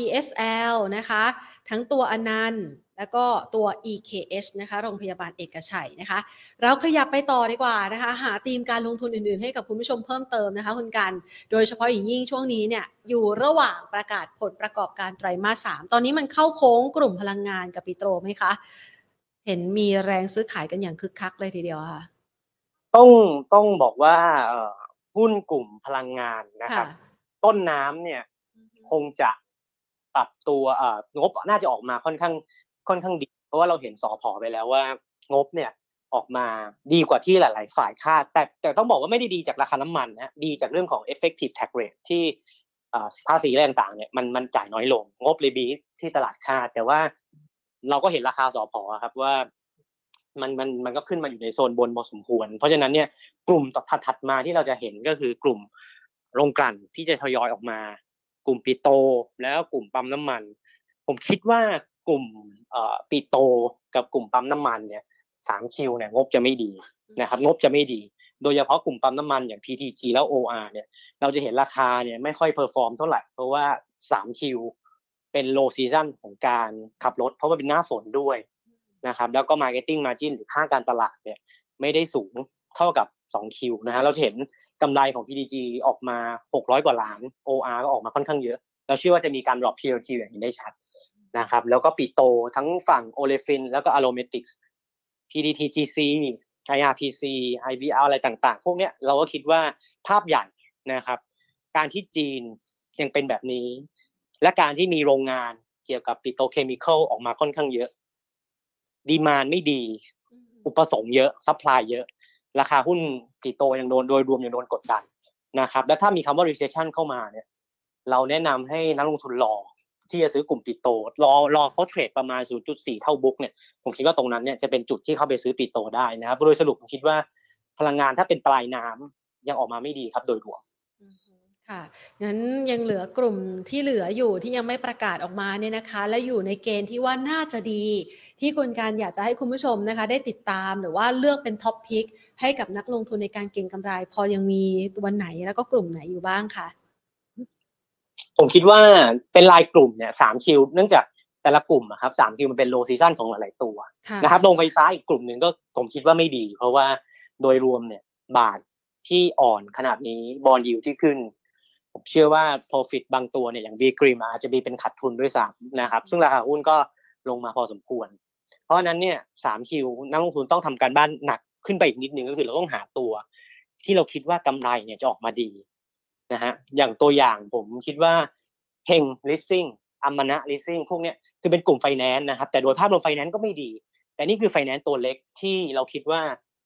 PSL นะคะทั้งตัวอนันต์แล้วก็ตัว EKH นะคะโรงพยาบาลเอกชัยนะคะเราขยับไปต่อดีกว่านะคะหาธีมการลงทุนอื่นๆให้กับคุณผู้ชมเพิ่มเติมนะคะคุณกันโดยเฉพาะอย่างยิ่งช่วงนี้เนี่ยอยู่ระหว่างประกาศผลประกอบการไตรมาส3ตอนนี้มันเข้าโค้งกลุ่มพลังงานกับปิโตรไหมคะเห็นมีแรงซื้อขายกันอย่างคึกคักเลยทีเดียวค่ะต้องต้องบอกว่าหุ้นกลุ่มพลังงานนะคค่ะรับต้นน้ำเนี่ยคงจะปรับตัวงบน่าจะออกมาค่อนข้างดีเพราะว่าเราเห็นสผไปแล้วว่างบเนี่ยออกมาดีกว่าที่หลายๆฝ่ายคาดแต่ต้องบอกว่าไม่ได้ดีจากราคาน้ำมันนะดีจากเรื่องของ effective tax rate ที่ภาษีอะไรต่างๆเนี่ยมันจ่ายน้อยลงงบเลยบีที่ตลาดคาดแต่ว่าเราก็เห็นราคาสผครับว่ามันก็ขึ้นมาอยู่ในโซนบนพอสมควรเพราะฉะนั้นเนี่ยกลุ่มถัดมาที่เราจะเห็นก็คือกลุ่มโรงกลั่นที่จะทยอยออกมากลุ่มปิโตแล้วกลุ่มปั๊มน้ำมันผมคิดว่ากลุ่มปิโตกับกลุ่มปั๊มน้ำมันเนี่ย3Qเนี่ยงบจะไม่ดีนะครับงบจะไม่ดีโดยเฉพาะกลุ่มปั๊มน้ำมันอย่าง PTG แล้ว OR เนี่ยเราจะเห็นราคาเนี่ยไม่ค่อยเพอร์ฟอร์มเท่าไหร่เพราะว่า 3Q เป็น low season ของการขับรถเพราะว่าเป็นหน้าฝนด้วยนะครับแล้วก็ marketing margin หรือค่าการตลาดเนี่ยไม่ได้สูงเท่ากับ 2Q นะฮะเราจะเห็นกำไรของ PTG ออกมา600กว่าล้าน OR ก็ออกมาค่อนข้างเยอะเราเชื่อว่าจะมีการ drop PLQ อย่างนี้ได้ชัดนะครับแล้วก็ปิโตทั้งฝั่ง Olefin แล้วก็ Aromatics PTTGC IRPC IVR อะไรต่างๆพวกนี้เราก็คิดว่าภาพใหญ่นะครับการที่จีนยังเป็นแบบนี้และการที่มีโรงงานเกี่ยวกับปิโตรเคมีคอลออกมาค่อนข้างเยอะดีมานด์ไม่ดีอุปสงค์เยอะซัพพลายเยอะราคาหุ้นปิโตยังโดนโดยรวมยังโดนกดดันนะครับและถ้ามีคำว่า recession เข้ามาเนี่ยเราแนะนำให้นักลงทุนรอที่จะซื้อกลุ่มปิโตรอเขาเทรดประมาณ 0.4 เท่าบุ๊กเนี่ยผมคิดว่าตรงนั้นเนี่ยจะเป็นจุดที่เข้าไปซื้อปิโตได้นะครับโดยสรุปผมคิดว่าพลังงานถ้าเป็นปลายน้ำยังออกมาไม่ดีครับโดยรวมค่ะงั้นยังเหลือกลุ่มที่เหลืออยู่ที่ยังไม่ประกาศออกมาเนี่ยนะคะและอยู่ในเกณฑ์ที่ว่าน่าจะดีที่คุณการอยากจะให้คุณผู้ชมนะคะได้ติดตามหรือว่าเลือกเป็นท็อปพิกให้กับนักลงทุนในการเก็งกำไรพอยังมีวันไหนแล้วก็กลุ่มไหนอยู่บ้างคะผมคิดว่าเป็นรายกลุ่มเนี่ย3Qเนื่องจากแต่ละกลุ่มอะครับ 3Q มันเป็นโลซีซั่นของหลายๆตัวนะครับโรงไฟฟ้าอีกกลุ่มหนึ่งก็ผมคิดว่าไม่ดีเพราะว่าโดยรวมเนี่ยบาทที่อ่อนขนาดนี้บอนด์ยิลด์ที่ขึ้นผมเชื่อว่า profit บางตัวเนี่ยอย่าง V-Grim อาจจะมีเป็นขาดทุนด้วยซ้ำนะครับซึ่งราคาหุ้นก็ลงมาพอสมควรเพราะฉะนั้นเนี่ย 3Q นักลงทุนต้องทำการบ้านหนักขึ้นไปอีกนิดนึงก็คือเราต้องหาตัวที่เราคิดว่ากำไรเนี่ยจะออกมาดีนะฮะอย่างตัวอย่างผมคิดว่าเฮง leasing อัมมนะ leasing พวกเนี้ยคือเป็นกลุ่มไฟแนนซ์นะครับแต่โดยภาพรวมไฟแนนซ์ก็ไม่ดีแต่นี่คือไฟแนนซ์ตัวเล็กที่เราคิดว่า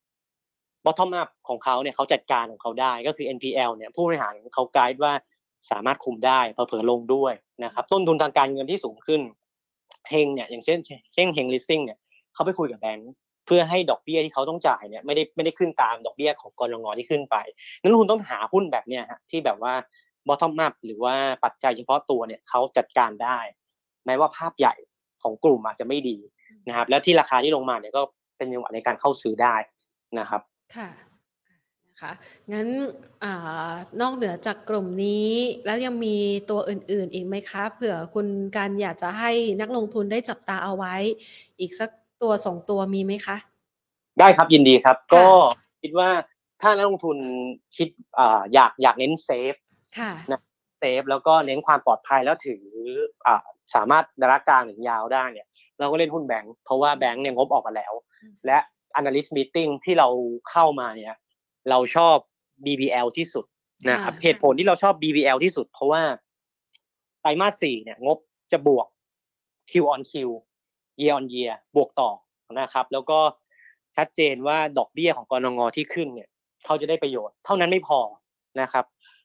bottom up ของเขาเนี่ยเขาจัดการของเขาได้ก็คือ NPL เนี่ยผู้บริหารเขาไกด์ว่าสามารถคุมได้เผลอๆลงด้วยนะครับต้นทุนทางการเงินที่สูงขึ้นเฮงเนี่ยอย่างเช่นเฮง leasing เนี่ยเขาไปคุยกับแบงค์เพื่อให้ดอกเบี้ยที่เขาต้องจ่ายเนี่ยไม่ได้ขึ้นตามดอกเบี้ยของกลงที่ขึ้นไปนักลงทุนต้องหาหุ้นแบบเนี้ยฮะที่แบบว่า bottom up หรือว่าปัจจัยเฉพาะตัวเนี่ยเขาจัดการได้แม้ว่าภาพใหญ่ขของกลุ่มอาจจะไม่ดีนะครับแล้วที่ราคาที่ลงมาเนี่ยก็เป็นจังหวะในการเข้าซื้อได้นะครับค่ะนะคะงั้นนอกเหนือจากกลุ่มนี้แล้วยังมีตัวอื่นๆอีกไหมคะเผื่อคุณการอยากจะให้นักลงทุนได้จับตาเอาไว้อีกสักตัว2ตัวมีไหมคะได้ครับยินดีครับก็คิดว่าถ้านักลงทุนคิดอยากเน้นเซฟนะเซฟแล้วก็เน้นความปลอดภัยแล้วถือสามารถระยะกลางถึงยาวได้เนี่ยเราก็เล่นหุ้นแบงค์เพราะว่าแบงค์เนี่ยงบออกมาแล้วและ analyst meeting ที่เราเข้ามาเนี่ยเราชอบ BBL ที่สุดนะครับเหตุผลที่เราชอบ BBL ที่สุดเพราะว่าไตรมาส4เนี่ยงบจะบวก Q on Q year on year บวกต่อนะครับแล้วก็ชัดเจนว่าดอกเบี้ยของกนง.ที่ขึ้นเนี่ยเขาจะได้ประโยชน์เท่านั้นไม่พอนะครับ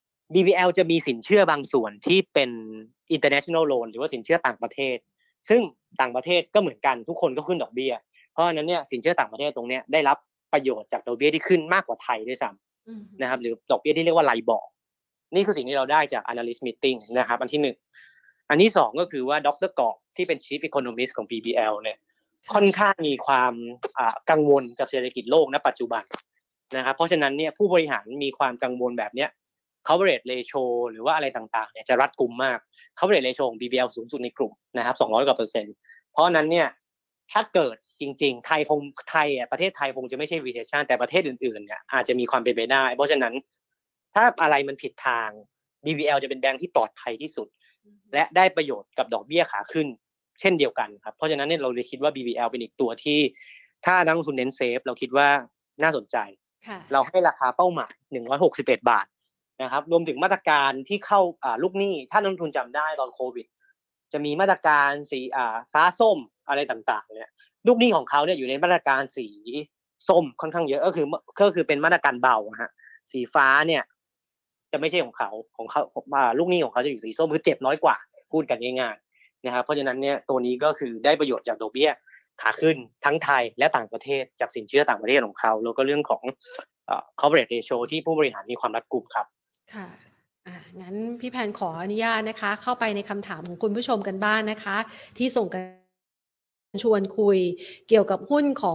BBL จะมีสินเชื่อบางส่วนที่เป็น international loan หรือว่าสินเชื่อต่างประเทศซึ่งต่างประเทศก็เหมือนกันทุกคนก็ขึ้นดอกเบี้ยเพราะฉะนั้นเนี่ยสินเชื่อต่างประเทศตรงนี้ได้รับประโยชน์จากดอกเบี้ยที่ขึ้นมากกว่าไทยด้วยซ้ำนะครับหรือดอกเบี้ยที่เรียกว่าไลบอร์นี่คือสิ่งที่เราได้จาก analyst meeting นะครับอันที่1อันที่2ก็คือว่าดร.กอบที่เป็น chief economist ของ BBL เนี่ยค่อนข้างมีความกังวลกับเศรษฐกิจโลกณปัจจุบันนะครับเพราะฉะนั้นเนี่ยผู้บริหารมีความกังวลแบบเนี้ย coverage ratio หรือว่าอะไรต่างๆเนี่ยจะรัดกุมมาก coverage ratio ของ BBL สูงสุดในกลุ่มนะครับ200%กว่าเพราะนั้นเนี่ยถ้าเกิดจริงๆประเทศไทยคงจะไม่ใช่ recession แต่ประเทศอื่นๆเนี่ยอาจจะมีความเป็นไปได้เพราะฉะนั้นถ้าอะไรมันผิดทาง BBL จะเป็นแบงค์ที่ปลอดภัยที่สุดและได้ประโยชน์กับดอกเบี้ยขาขึ้นเช่นเดียวกันครับเพราะฉะนั้นเนี่ยเราเลยคิดว่า BBL เป็นอีกตัวที่ถ้านักลงทุนเน้นเซฟเราคิดว่าน่าสนใจเราให้ราคาเป้าหมาย161 บาทนะครับรวมถึงมาตรการที่เข้าลูกหนี้ถ้านักลงทุนจำได้ตอนโควิดจะมีมาตรการสีฟ้าส้มอะไรต่างๆเนี่ยลูกหนี้ของเขาเนี่ยอยู่ในมาตรการสีส้มค่อนข้างเยอะก็คือเป็นมาตรการเบาฮะสีฟ้าเนี่ยจะไม่ใช่ของเขาลูกหนี้ของเขาจะอยู่สีส้มคือเจ็บน้อยกว่าพูดกันง่ายๆนะครับเพราะฉะนั้นเนี่ยตัวนี้ก็คือได้ประโยชน์จากดอกเบี้ยขาขึ้นทั้งไทยและต่างประเทศจากสินเชื่อต่างประเทศของเขาแล้วก็เรื่องของcoverage ratio ที่ผู้บริหารมีความรัดกุมครับค่ะงั้นพี่แพนขออนุญาตนะคะเข้าไปในคำถามของคุณผู้ชมกันบ้างนะคะที่ส่งกันชวนคุยเกี่ยวกับหุ้นของ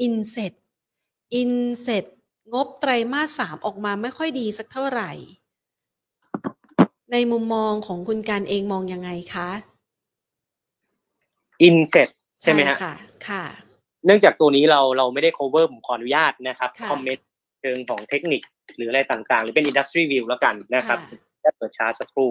Inset งบไตรมาส3ออกมาไม่ค่อยดีสักเท่าไหร่ในมุมมองของคุณการเองมองยังไงคะ Inset ใช่ไหมฮะค่ะเนื่องจากตัวนี้เราไม่ได้ cover ผมขออนุญาตนะครับคอมเมนต์เชิงของเทคนิคหรืออะไรต่างๆหรือเป็น industry view แล้วกันนะครับจะเปิดชาร์ตสักครู่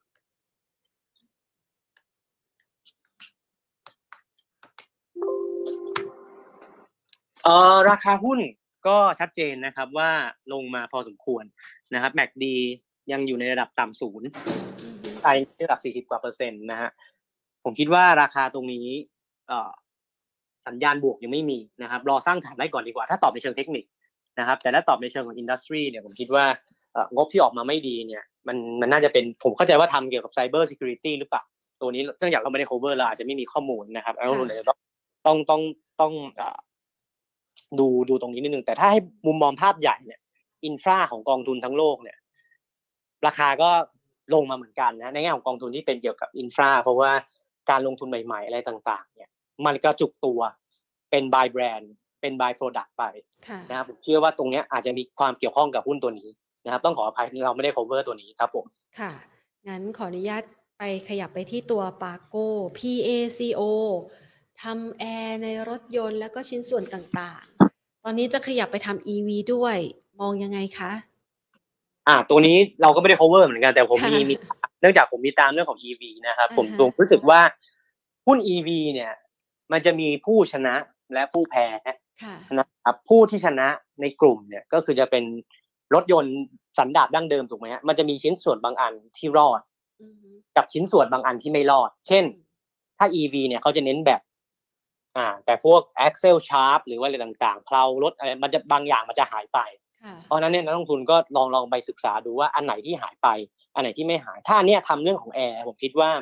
ราคาหุ้นก็ชัดเจนนะครับว่าลงมาพอสมควรนะครับ MACD ยังอยู่ในระดับต่ำศูนย์ไทยระดับ40%กว่านะฮะผมคิดว่าราคาตรงนี้สัญญาณบวกยังไม่มีนะครับรอสร้างฐานได้ก่อนดีกว่าถ้าตอบในเชิงเทคนิคนะครับแต่ถ้าตอบในเชิงของอินดัสทรีเนี่ยผมคิดว่างบที่ออกมาไม่ดีเนี่ยมันน่าจะเป็นผมเข้าใจว่าทำเกี่ยวกับ Cyber Security หรือเปล่าตัวนี้เนื่องจากเราไม่ได้ cover เราอาจจะไม่มีข้อมูลนะครับแล้วเราเลยต้องดูตรงนี้นิดนึงแต่ถ้าให้มุมมองภาพใหญ่เนี่ยอินฟราของกองทุนทั้งโลกเนี่ยราคาก็ลงมาเหมือนกันนะในแง่ของกองทุนที่เป็นเกี่ยวกับอินฟราเพราะว่าการลงทุนใหม่ๆอะไรต่างๆเนี่ยมันกระจุกตัวเป็น buy brand เป็น buy product ไปนะครับผมเชื่อว่าตรงนี้อาจจะมีความเกี่ยวข้องกับหุ้นตัวนี้นะครับต้องขออภัยที่เราไม่ได้ cover ตัวนี้ครับผมค่ะงั้นขออนุญาตไปขยับไปที่ตัว PACO PACO ทำแอร์ในรถยนต์แล้วก็ชิ้นส่วนต่างๆตอนนี้จะขยับไปทำ EV ด้วยมองยังไงคะตัวนี้เราก็ไม่ได้ cover เหมือนกันแต่ผมมีเนื่องจากผมมีตามเรื่องของ EV นะครับผมรู้สึกว่าหุ้น EV เนี่ยมันจะมีผู้ชนะและผู้แพ้นะครับผู้ที่ชนะในกลุ่มเนี่ยก็คือจะเป็นรถยนต์สันดาปดั้งเดิมถูกไหมฮะมันจะมีชิ้นส่วนบางอันที่รอดกับชิ้นส่วนบางอันที่ไม่รอดเช่นถ้า EV เนี่ยเขาจะเน้นแบบแต่พวก axle sharp หรือว่าอะไรต่างๆเพลารถอะไรมันจะบางอย่างมันจะหายไปเพราะนั้นเนี่ยนักลงทุนก็ลองไปศึกษาดูว่าอันไหนที่หายไปอันไหนที่ไม่หายถ้าเนี่ยทำเรื่องของแอร์ผมคิดว่า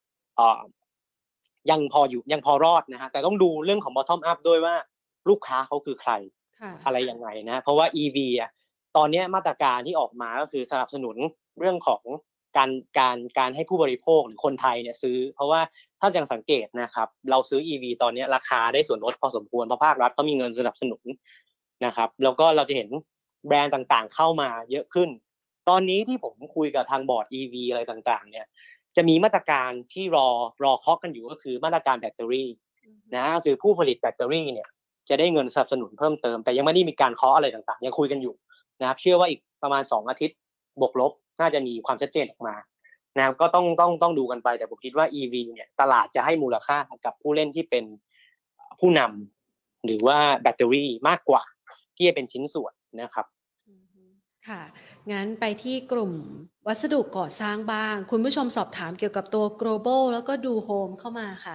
ยังพอรอดนะฮะแต่ต้องดูเรื่องของ bottom up ด้วยว่าลูกค้าเขาคือใครอะไรยังไงนะเพราะว่า EV ตอนนี้มาตรการที่ออกมาก็คือสนับสนุนเรื่องของการให้ผู้บริโภคหรือคนไทยเนี่ยซื้อเพราะว่าถ้าอย่างสังเกตนะครับเราซื้อ EV ตอนนี้ราคาได้ส่วนลดพอสมควรเพราะภาครัฐเขามีเงินสนับสนุนนะครับแล้วก็เราจะเห็นแบรนด์ต่างๆเข้ามาเยอะขึ้นตอนนี้ที่ผมคุยกับทางบอร์ด EV อะไรต่างๆเนี่ยจะมีมาตรการที่รอเคาะกันอยู่ก็คือมาตรการแบตเตอรี่นะก็คือผู้ผลิตแบตเตอรี่เนี่ยจะได้เงินสนับสนุนเพิ่มเติมแต่ยังไม่ได้มีการเคาะอะไรต่างๆยังคุยกันอยู่นะครับเชื่อว่าอีกประมาณ2อาทิตย์บวกลบน่าจะมีความชัดเจนออกมานะครับก็ต้องดูกันไปแต่ผมคิดว่า EV เนี่ยตลาดจะให้มูลค่ากับผู้เล่นที่เป็นผู้นำหรือว่าแบตเตอรี่มากกว่าที่จะเป็นชิ้นส่วนนะครับค่ะงั้นไปที่กลุ่มวัสดุก่อสร้างบ้างคุณผู้ชมสอบถามเกี่ยวกับตัว Global แล้วก็Do Home เข้ามาค่ะ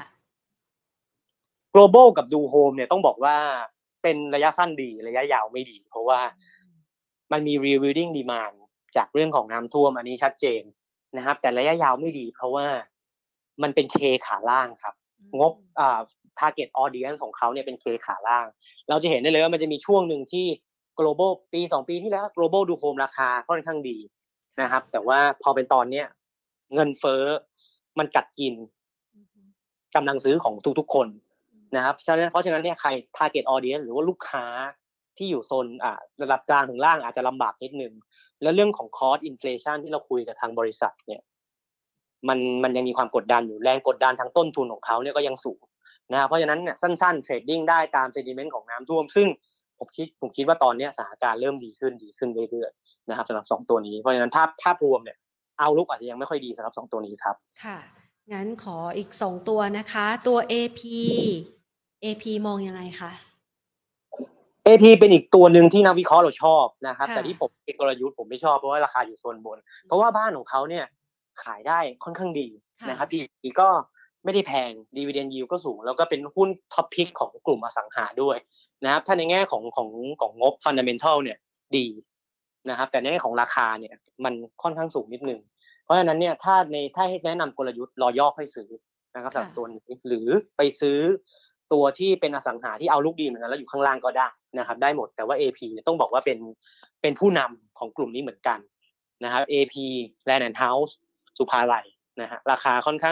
Global กับ Do Home เนี่ยต้องบอกว่าเป็นระยะสั้นดีระยะยาวไม่ดีเพราะว่ามันมี rebuilding demand จากเรื่องของน้ำท่วมอันนี้ชัดเจนนะครับแต่ระยะยาวไม่ดีเพราะว่ามันเป็น K ขาล่างครับงบtarget audience ของเขาเนี่ยเป็น K ขาล่างเราจะเห็นได้เลยว่ามันจะมีช่วงหนึ่งที่ Global ปี2ปีที่แล้ว Global Do Home ราคาค่อนข้างดีนะครับแต่ว่าพอเป็นตอนเนี้ยเงินเฟ้อมันกัดกินกำลังซื้อของทุกๆคนนะครับเพราะฉะนั้นเนี่ยใคร target audience หรือว่าลูกค้าที่อยู่โซนระดับกลางถึงล่างอาจจะลำบากนิดนึงแล้วเรื่องของ cost inflation ที่เราคุยกับทางบริษัทเนี่ยมันยังมีความกดดันอยู่แรงกดดันทางต้นทุนของเขาเนี่ยก็ยังสูงนะเพราะฉะนั้นเนี่ยสั้นๆเทรดดิ้งได้ตาม sentiment ของน้ำท่วมซึ่งผมคิดว่าตอนนี้สถานการณ์เริ่มดีขึ้นเรื่อยๆนะครับสำหรับ2ตัวนี้เพราะฉะนั้นภาพรวมเนี่ยเอาลุกอาจจะยังไม่ค่อยดีสำหรับ2ตัวนี้ครับค่ะงั้นขออีก2ตัวนะคะตัว AP มองยังไงคะ AP เป็นอีกตัวหนึ่งที่นักวิเคราะห์เราชอบนะครับแต่ที่ผมเป็นกลยุทธ์ผมไม่ชอบเพราะว่าราคาอยู่โซนบนเพราะว่าบ้านของเขาเนี่ยขายได้ค่อนข้างดีนะครับ PE ก็ไม่ได้แพง Dividend Yield ก็สูงแล้วก็เป็นหุ้นท็อปพิกของกลุ่มอสังหาด้วยนะครับถ้าในแง่ของงบ Fundamental เนี่ยดีนะครับแต่ในแง่ของราคาเนี่ยมันค่อนข้างสูงนิดนึงเพราะฉะนั้นเนี่ยถ้าให้แนะนำกลยุทธ์รอย่อค่อยซื้อนะครับสำหรับตัวนี้หรือไปซื้อตัวที่เป็นอสังหาที่เอาลูกดีเหมือนกันแล้วอยู่ข้างล่างก็ได้นะครับได้หมดแต่ว่า AP เนี่ยต้องบอกว่าเป็นผู้นำของกลุ่มนี้เหมือนกันนะครับ AP Land and House สุภาลัยนะฮะราคาค่อนข้าง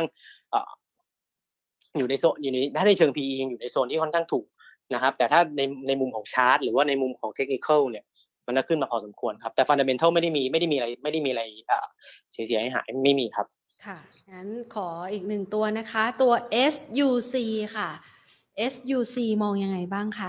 อยู่ในโซนอยู่ในถ้าในเชิง PE ยังอยู่ในโซนที่ค่อนข้างถูกนะครับแต่ถ้าในมุมของชาร์ตหรือว่าในมุมของเทคนิคอลเนี่ยมันจะขึ้นมาพอสมควรครับแต่ fundamental ไม่ได้มีอะไรเสียหายไม่มีครับค่ะงั้นขออีก1ตัวนะคะตัว SUC ค่ะ SUC มองยังไงบ้างคะ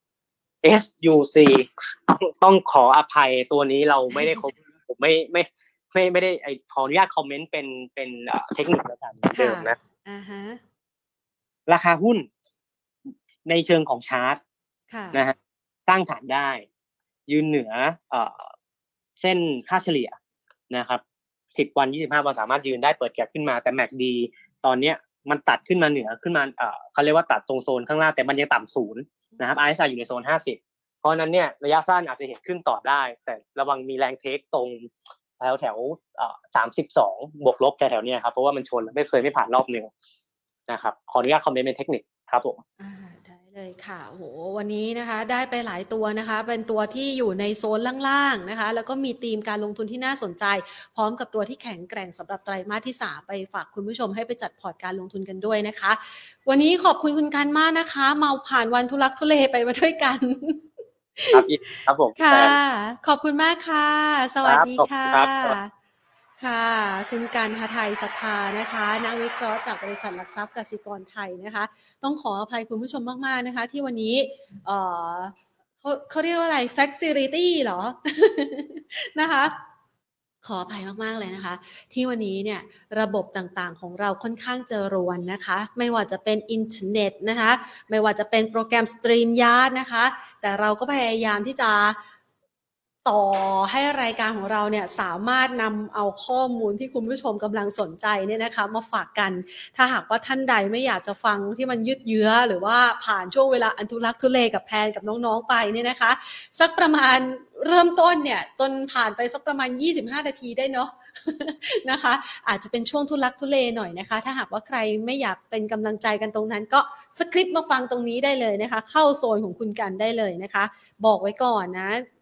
SUC ต้องขออภัยตัวนี้เราไม่ได้ผมไม่ได้ขออนุญาตคอมเมนต์เป็นเทคนิคแล้วกันเดิมนะราคาหุ้นในเชิงของชาร์ตนะฮะสร้างฐานได้ยืนเหนือเส้นค่าเฉลี่ยนะครับ10วัน25วันสามารถยืนได้เปิดแก็ปขึ้นมาแต่ MACD ตอนเนี้ยมันตัดขึ้นมาเหนือขึ้นมาเขาเรียกว่าตัดตรงโซนข้างล่างแต่มันยังต่ำศูนย์นะครับ RSI อยู่ในโซน50เพราะนั้นเนี่ยระยะสั้นอาจจะเห็นขึ้นต่อได้แต่ระวังมีแรงเทคตรงแถว32บวกลบแถวๆนี้ครับเพราะว่ามันชนไม่ผ่านรอบนึงนะครับขออนุญาตคอมเมนต์เป็นเทคนิคครับผมได้เลยค่ะโหวันนี้นะคะได้ไปหลายตัวนะคะเป็นตัวที่อยู่ในโซนล่างๆนะคะแล้วก็มีธีมการลงทุนที่น่าสนใจพร้อมกับตัวที่แข็งแกร่งสำหรับไตรมาสที่3ไปฝากคุณผู้ชมให้ไปจัดพอร์ตการลงทุนกันด้วยนะคะวันนี้ขอบคุณคุณกันมากนะคะเมาผ่านวันทุลักทุเลไปมาด้วยกันครับผมค่ะขอบคุณมากค่ะสวัสดีค่ะค่ะคุณกันหทัยศรัทธานะคะนักวิเคราะห์จากบริษัทหลักทรัพย์กสิกรไทยนะคะต้องขออภัยคุณผู้ชมมากๆนะคะที่วันนี้เขาเรียกว่าอะไร flexibility เหรอ นะคะขออภัยมากๆเลยนะคะที่วันนี้เนี่ยระบบต่างๆของเราค่อนข้างจะรวนนะคะไม่ว่าจะเป็นอินเทอร์เน็ตนะคะไม่ว่าจะเป็นโปรแกรมสตรีมยาร์ดนะคะแต่เราก็พยายามที่จะต่อให้รายการของเราเนี่ยสามารถนำเอาข้อมูลที่คุณผู้ชมกำลังสนใจเนี่ยนะคะมาฝากกันถ้าหากว่าท่านใดไม่อยากจะฟังที่มันยืดเยื้อหรือว่าผ่านช่วงเวลาอันทุลักทุเลกับแพนกับน้องๆไปเนี่ยนะคะสักประมาณเริ่มต้นเนี่ยจนผ่านไปสักประมาณ25นาทีได้เนาะนะคะอาจจะเป็นช่วงทุลักทุเลหน่อยนะคะถ้าหากว่าใครไม่อยากเป็นกำลังใจกันตรงนั้นก็สคริปต์มาฟังตรงนี้ได้เลยนะคะเข้าโซนของคุณกันได้เลยนะคะบอกไว้ก่อนนะ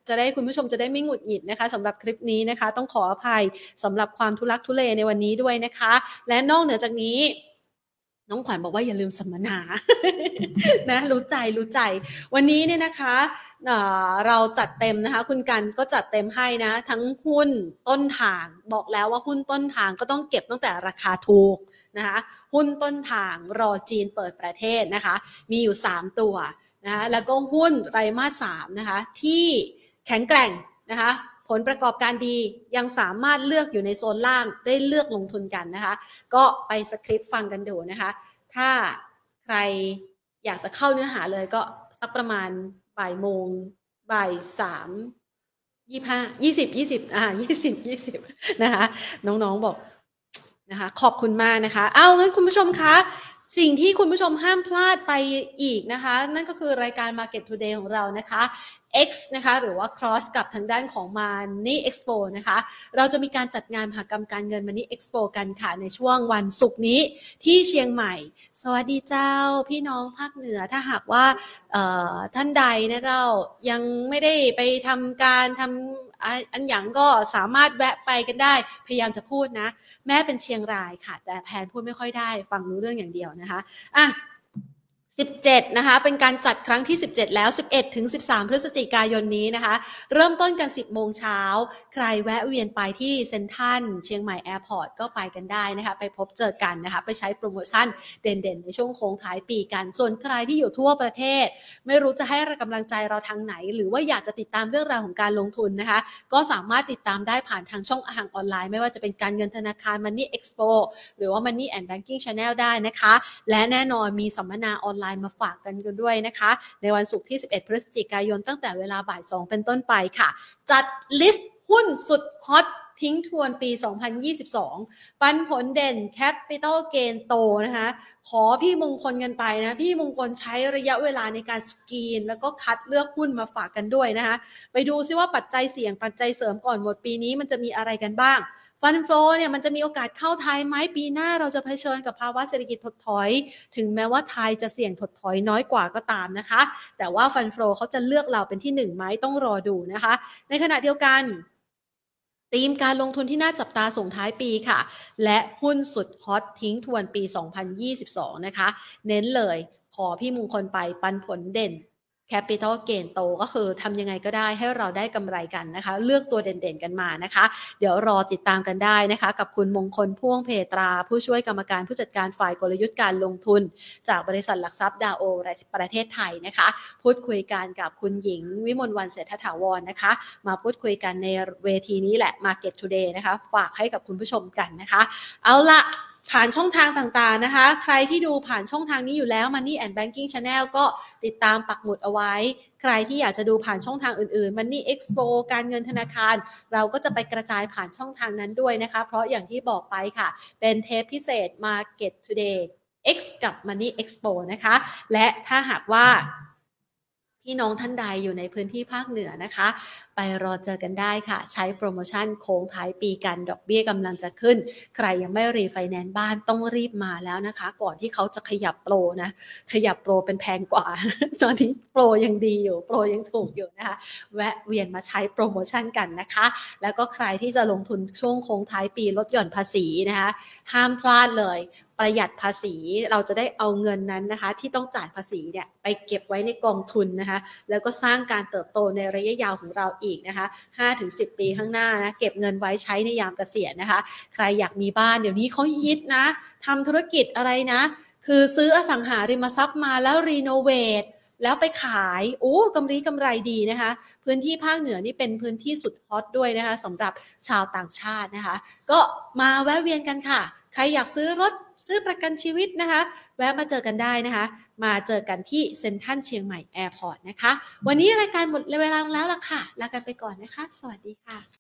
จะได้คุณผู้ชมจะได้ไม่หงุดหงิดนะคะสำหรับคลิปนี้นะคะต้องขออภัยสำหรับความทุลักทุเลในวันนี้ด้วยนะคะและนอกเหนือจากนี้น้องขวัญบอกว่าอย่าลืมสัมมนา นะรู้ใจวันนี้เนี่ยนะคะเราจัดเต็มนะคะคุณกันก็จัดเต็มให้นะทั้งหุ้นต้นทางบอกแล้วว่าหุ้นต้นทางก็ต้องเก็บตั้งแต่ราคาถูกนะคะหุ้นต้นทางรอจีนเปิดประเทศนะคะมีอยู่3ตัวนะคะแล้วก็หุ้นไตรมาส3นะคะที่แข็งแกร่งนะคะผลประกอบการดียังสามารถเลือกอยู่ในโซนล่างได้เลือกลงทุนกันนะคะก็ไปสคริปต์ฟังกันดูนะคะถ้าใครอยากจะเข้าเนื้อหาเลยก็สักประมาณบ่ายโมงบ่าย3:25 20 นะคะน้องๆบอกนะคะขอบคุณมากนะคะเอางั้นคุณผู้ชมคะสิ่งที่คุณผู้ชมห้ามพลาดไปอีกนะคะนั่นก็คือรายการ Market Today ของเรานะคะ X นะคะหรือว่า Cross กับทางด้านของ Money Expo นะคะเราจะมีการจัดงานมหกรรมการเงิน Money Expo กันค่ะในช่วงวันศุกร์นี้ที่เชียงใหม่สวัสดีเจ้าพี่น้องภาคเหนือถ้าหากว่าท่านใดนะเจ้ายังไม่ได้ไปทำการทำอันหยังก็สามารถแวะไปกันได้พยายามจะพูดนะแม่เป็นเชียงรายค่ะแต่แพนพูดไม่ค่อยได้ฟังรู้เรื่องอย่างเดียวนะคะ17นะคะเป็นการจัดครั้งที่17แล้ว11ถึง13พฤศจิกายนนี้นะคะเริ่มต้นกัน 10 โมงเช้าใครแวะเวียนไปที่เซ็นทรัลเชียงใหม่แอร์พอร์ตก็ไปกันได้นะคะไปพบเจอกันนะคะไปใช้โปรโมชั่นเด่นๆในช่วงโค้งท้ายปีกันส่วนใครที่อยู่ทั่วประเทศไม่รู้จะให้กำลังใจเราทางไหนหรือว่าอยากจะติดตามเรื่องราวของการลงทุนนะคะก็สามารถติดตามได้ผ่านทางช่องทางออนไลน์ไม่ว่าจะเป็นการเงินธนาคาร Money Expo หรือว่า Money and Banking Channel ได้นะคะและแน่นอนมีสัมมนาออนไลน์มาฝากกันด้วยนะคะในวันศุกร์ที่11พฤศจิกายนตั้งแต่เวลาบ่าย 2เป็นต้นไปค่ะจัดลิสต์หุ้นสุดฮอตทิ้งทวนปี2022ปันผลเด่น Capital Gain โตนะคะขอพี่มงคลกันไปนะพี่มงคลใช้ระยะเวลาในการสกรีนแล้วก็คัดเลือกหุ้นมาฝากกันด้วยนะคะไปดูซิว่าปัจจัยเสี่ยงปัจจัยเสริมก่อนหมดปีนี้มันจะมีอะไรกันบ้างฟันโฟลเนี่ยมันจะมีโอกาสเข้าไทยไหมปีหน้าเราจะเผชิญกับภาวะเศรษฐกิจถดถอยถึงแม้ว่าไทยจะเสี่ยงถดถอยน้อยกว่าก็ตามนะคะแต่ว่าฟันโฟลเขาจะเลือกเราเป็นที่1ไหมต้องรอดูนะคะในขณะเดียวกันธีมการลงทุนที่น่าจับตาส่งท้ายปีค่ะและหุ้นสุดฮอตทิ้งทวนปี2022นะคะเน้นเลยขอพี่มงคลไปปันผลเด่นCapital Gain โตก็คือทำยังไงก็ได้ให้เราได้กำไรกันนะคะเลือกตัวเด่นๆกันมานะคะเดี๋ยวรอติดตามกันได้นะคะกับคุณมงคลพ่วงเพตราผู้ช่วยกรรมการผู้จัดการฝ่ายกลยุทธ์การลงทุนจากบริษัทหลักทรัพย์ดาวโอประเทศไทยนะคะพูดคุยกันกับคุณหญิงวิมลวรรณเศรษฐถาวรนะคะมาพูดคุยกันในเวทีนี้แหละ Market Today นะคะฝากให้กับคุณผู้ชมกันนะคะเอาละผ่านช่องทางต่างๆนะคะใครที่ดูผ่านช่องทางนี้อยู่แล้ว Money and Banking Channel ก็ติดตามปักหมุดเอาไว้ใครที่อยากจะดูผ่านช่องทางอื่นๆ Money Expo การเงินธนาคารเราก็จะไปกระจายผ่านช่องทางนั้นด้วยนะคะเพราะอย่างที่บอกไปค่ะเป็นเทปพิเศษ Market Today X กับ Money Expo นะคะและถ้าหากว่าพี่น้องท่านใดอยู่ในพื้นที่ภาคเหนือนะคะไปรอเจอกันได้ค่ะใช้โปรโมชั่นโค้งท้ายปีกันดอกเบี้ยกำลังจะขึ้นใครยังไม่รีไฟแนนซ์บ้านต้องรีบมาแล้วนะคะก่อนที่เขาจะขยับโปรนะขยับโปรเป็นแพงกว่า ตอนนี้โปรยังดีอยู่โปรยังถูกอยู่นะคะแวะเวียนมาใช้โปรโมชั่นกันนะคะแล้วก็ใครที่จะลงทุนช่วงโค้งท้ายปีลดหย่อนภาษีนะคะห้ามพลาดเลยประหยัดภาษีเราจะได้เอาเงินนั้นนะคะที่ต้องจ่ายภาษีเนี่ยไปเก็บไว้ในกองทุนนะคะแล้วก็สร้างการเติบโตในระยะยาวของเราอีกนะคะ 5-10 ปีข้างหน้านะเก็บเงินไว้ใช้ในยามเกษียณนะคะใครอยากมีบ้านเดี๋ยวนี้เขาฮิตนะทำธุรกิจอะไรนะคือซื้ออสังหาริมทรัพย์มาแล้วรีโนเวทแล้วไปขายโอ้กำไรดีนะคะพื้นที่ภาคเหนือนี่เป็นพื้นที่สุดฮอตด้วยนะคะสำหรับชาวต่างชาตินะคะก็มาแวะเวียนกันค่ะใครอยากซื้อรถซื้อประกันชีวิตนะคะแวะมาเจอกันได้นะคะมาเจอกันที่เซ็นทรัลเชียงใหม่แอร์พอร์ตนะคะวันนี้รายการหมดเวลาแล้วล่ะค่ะลากันไปก่อนนะคะสวัสดีค่ะ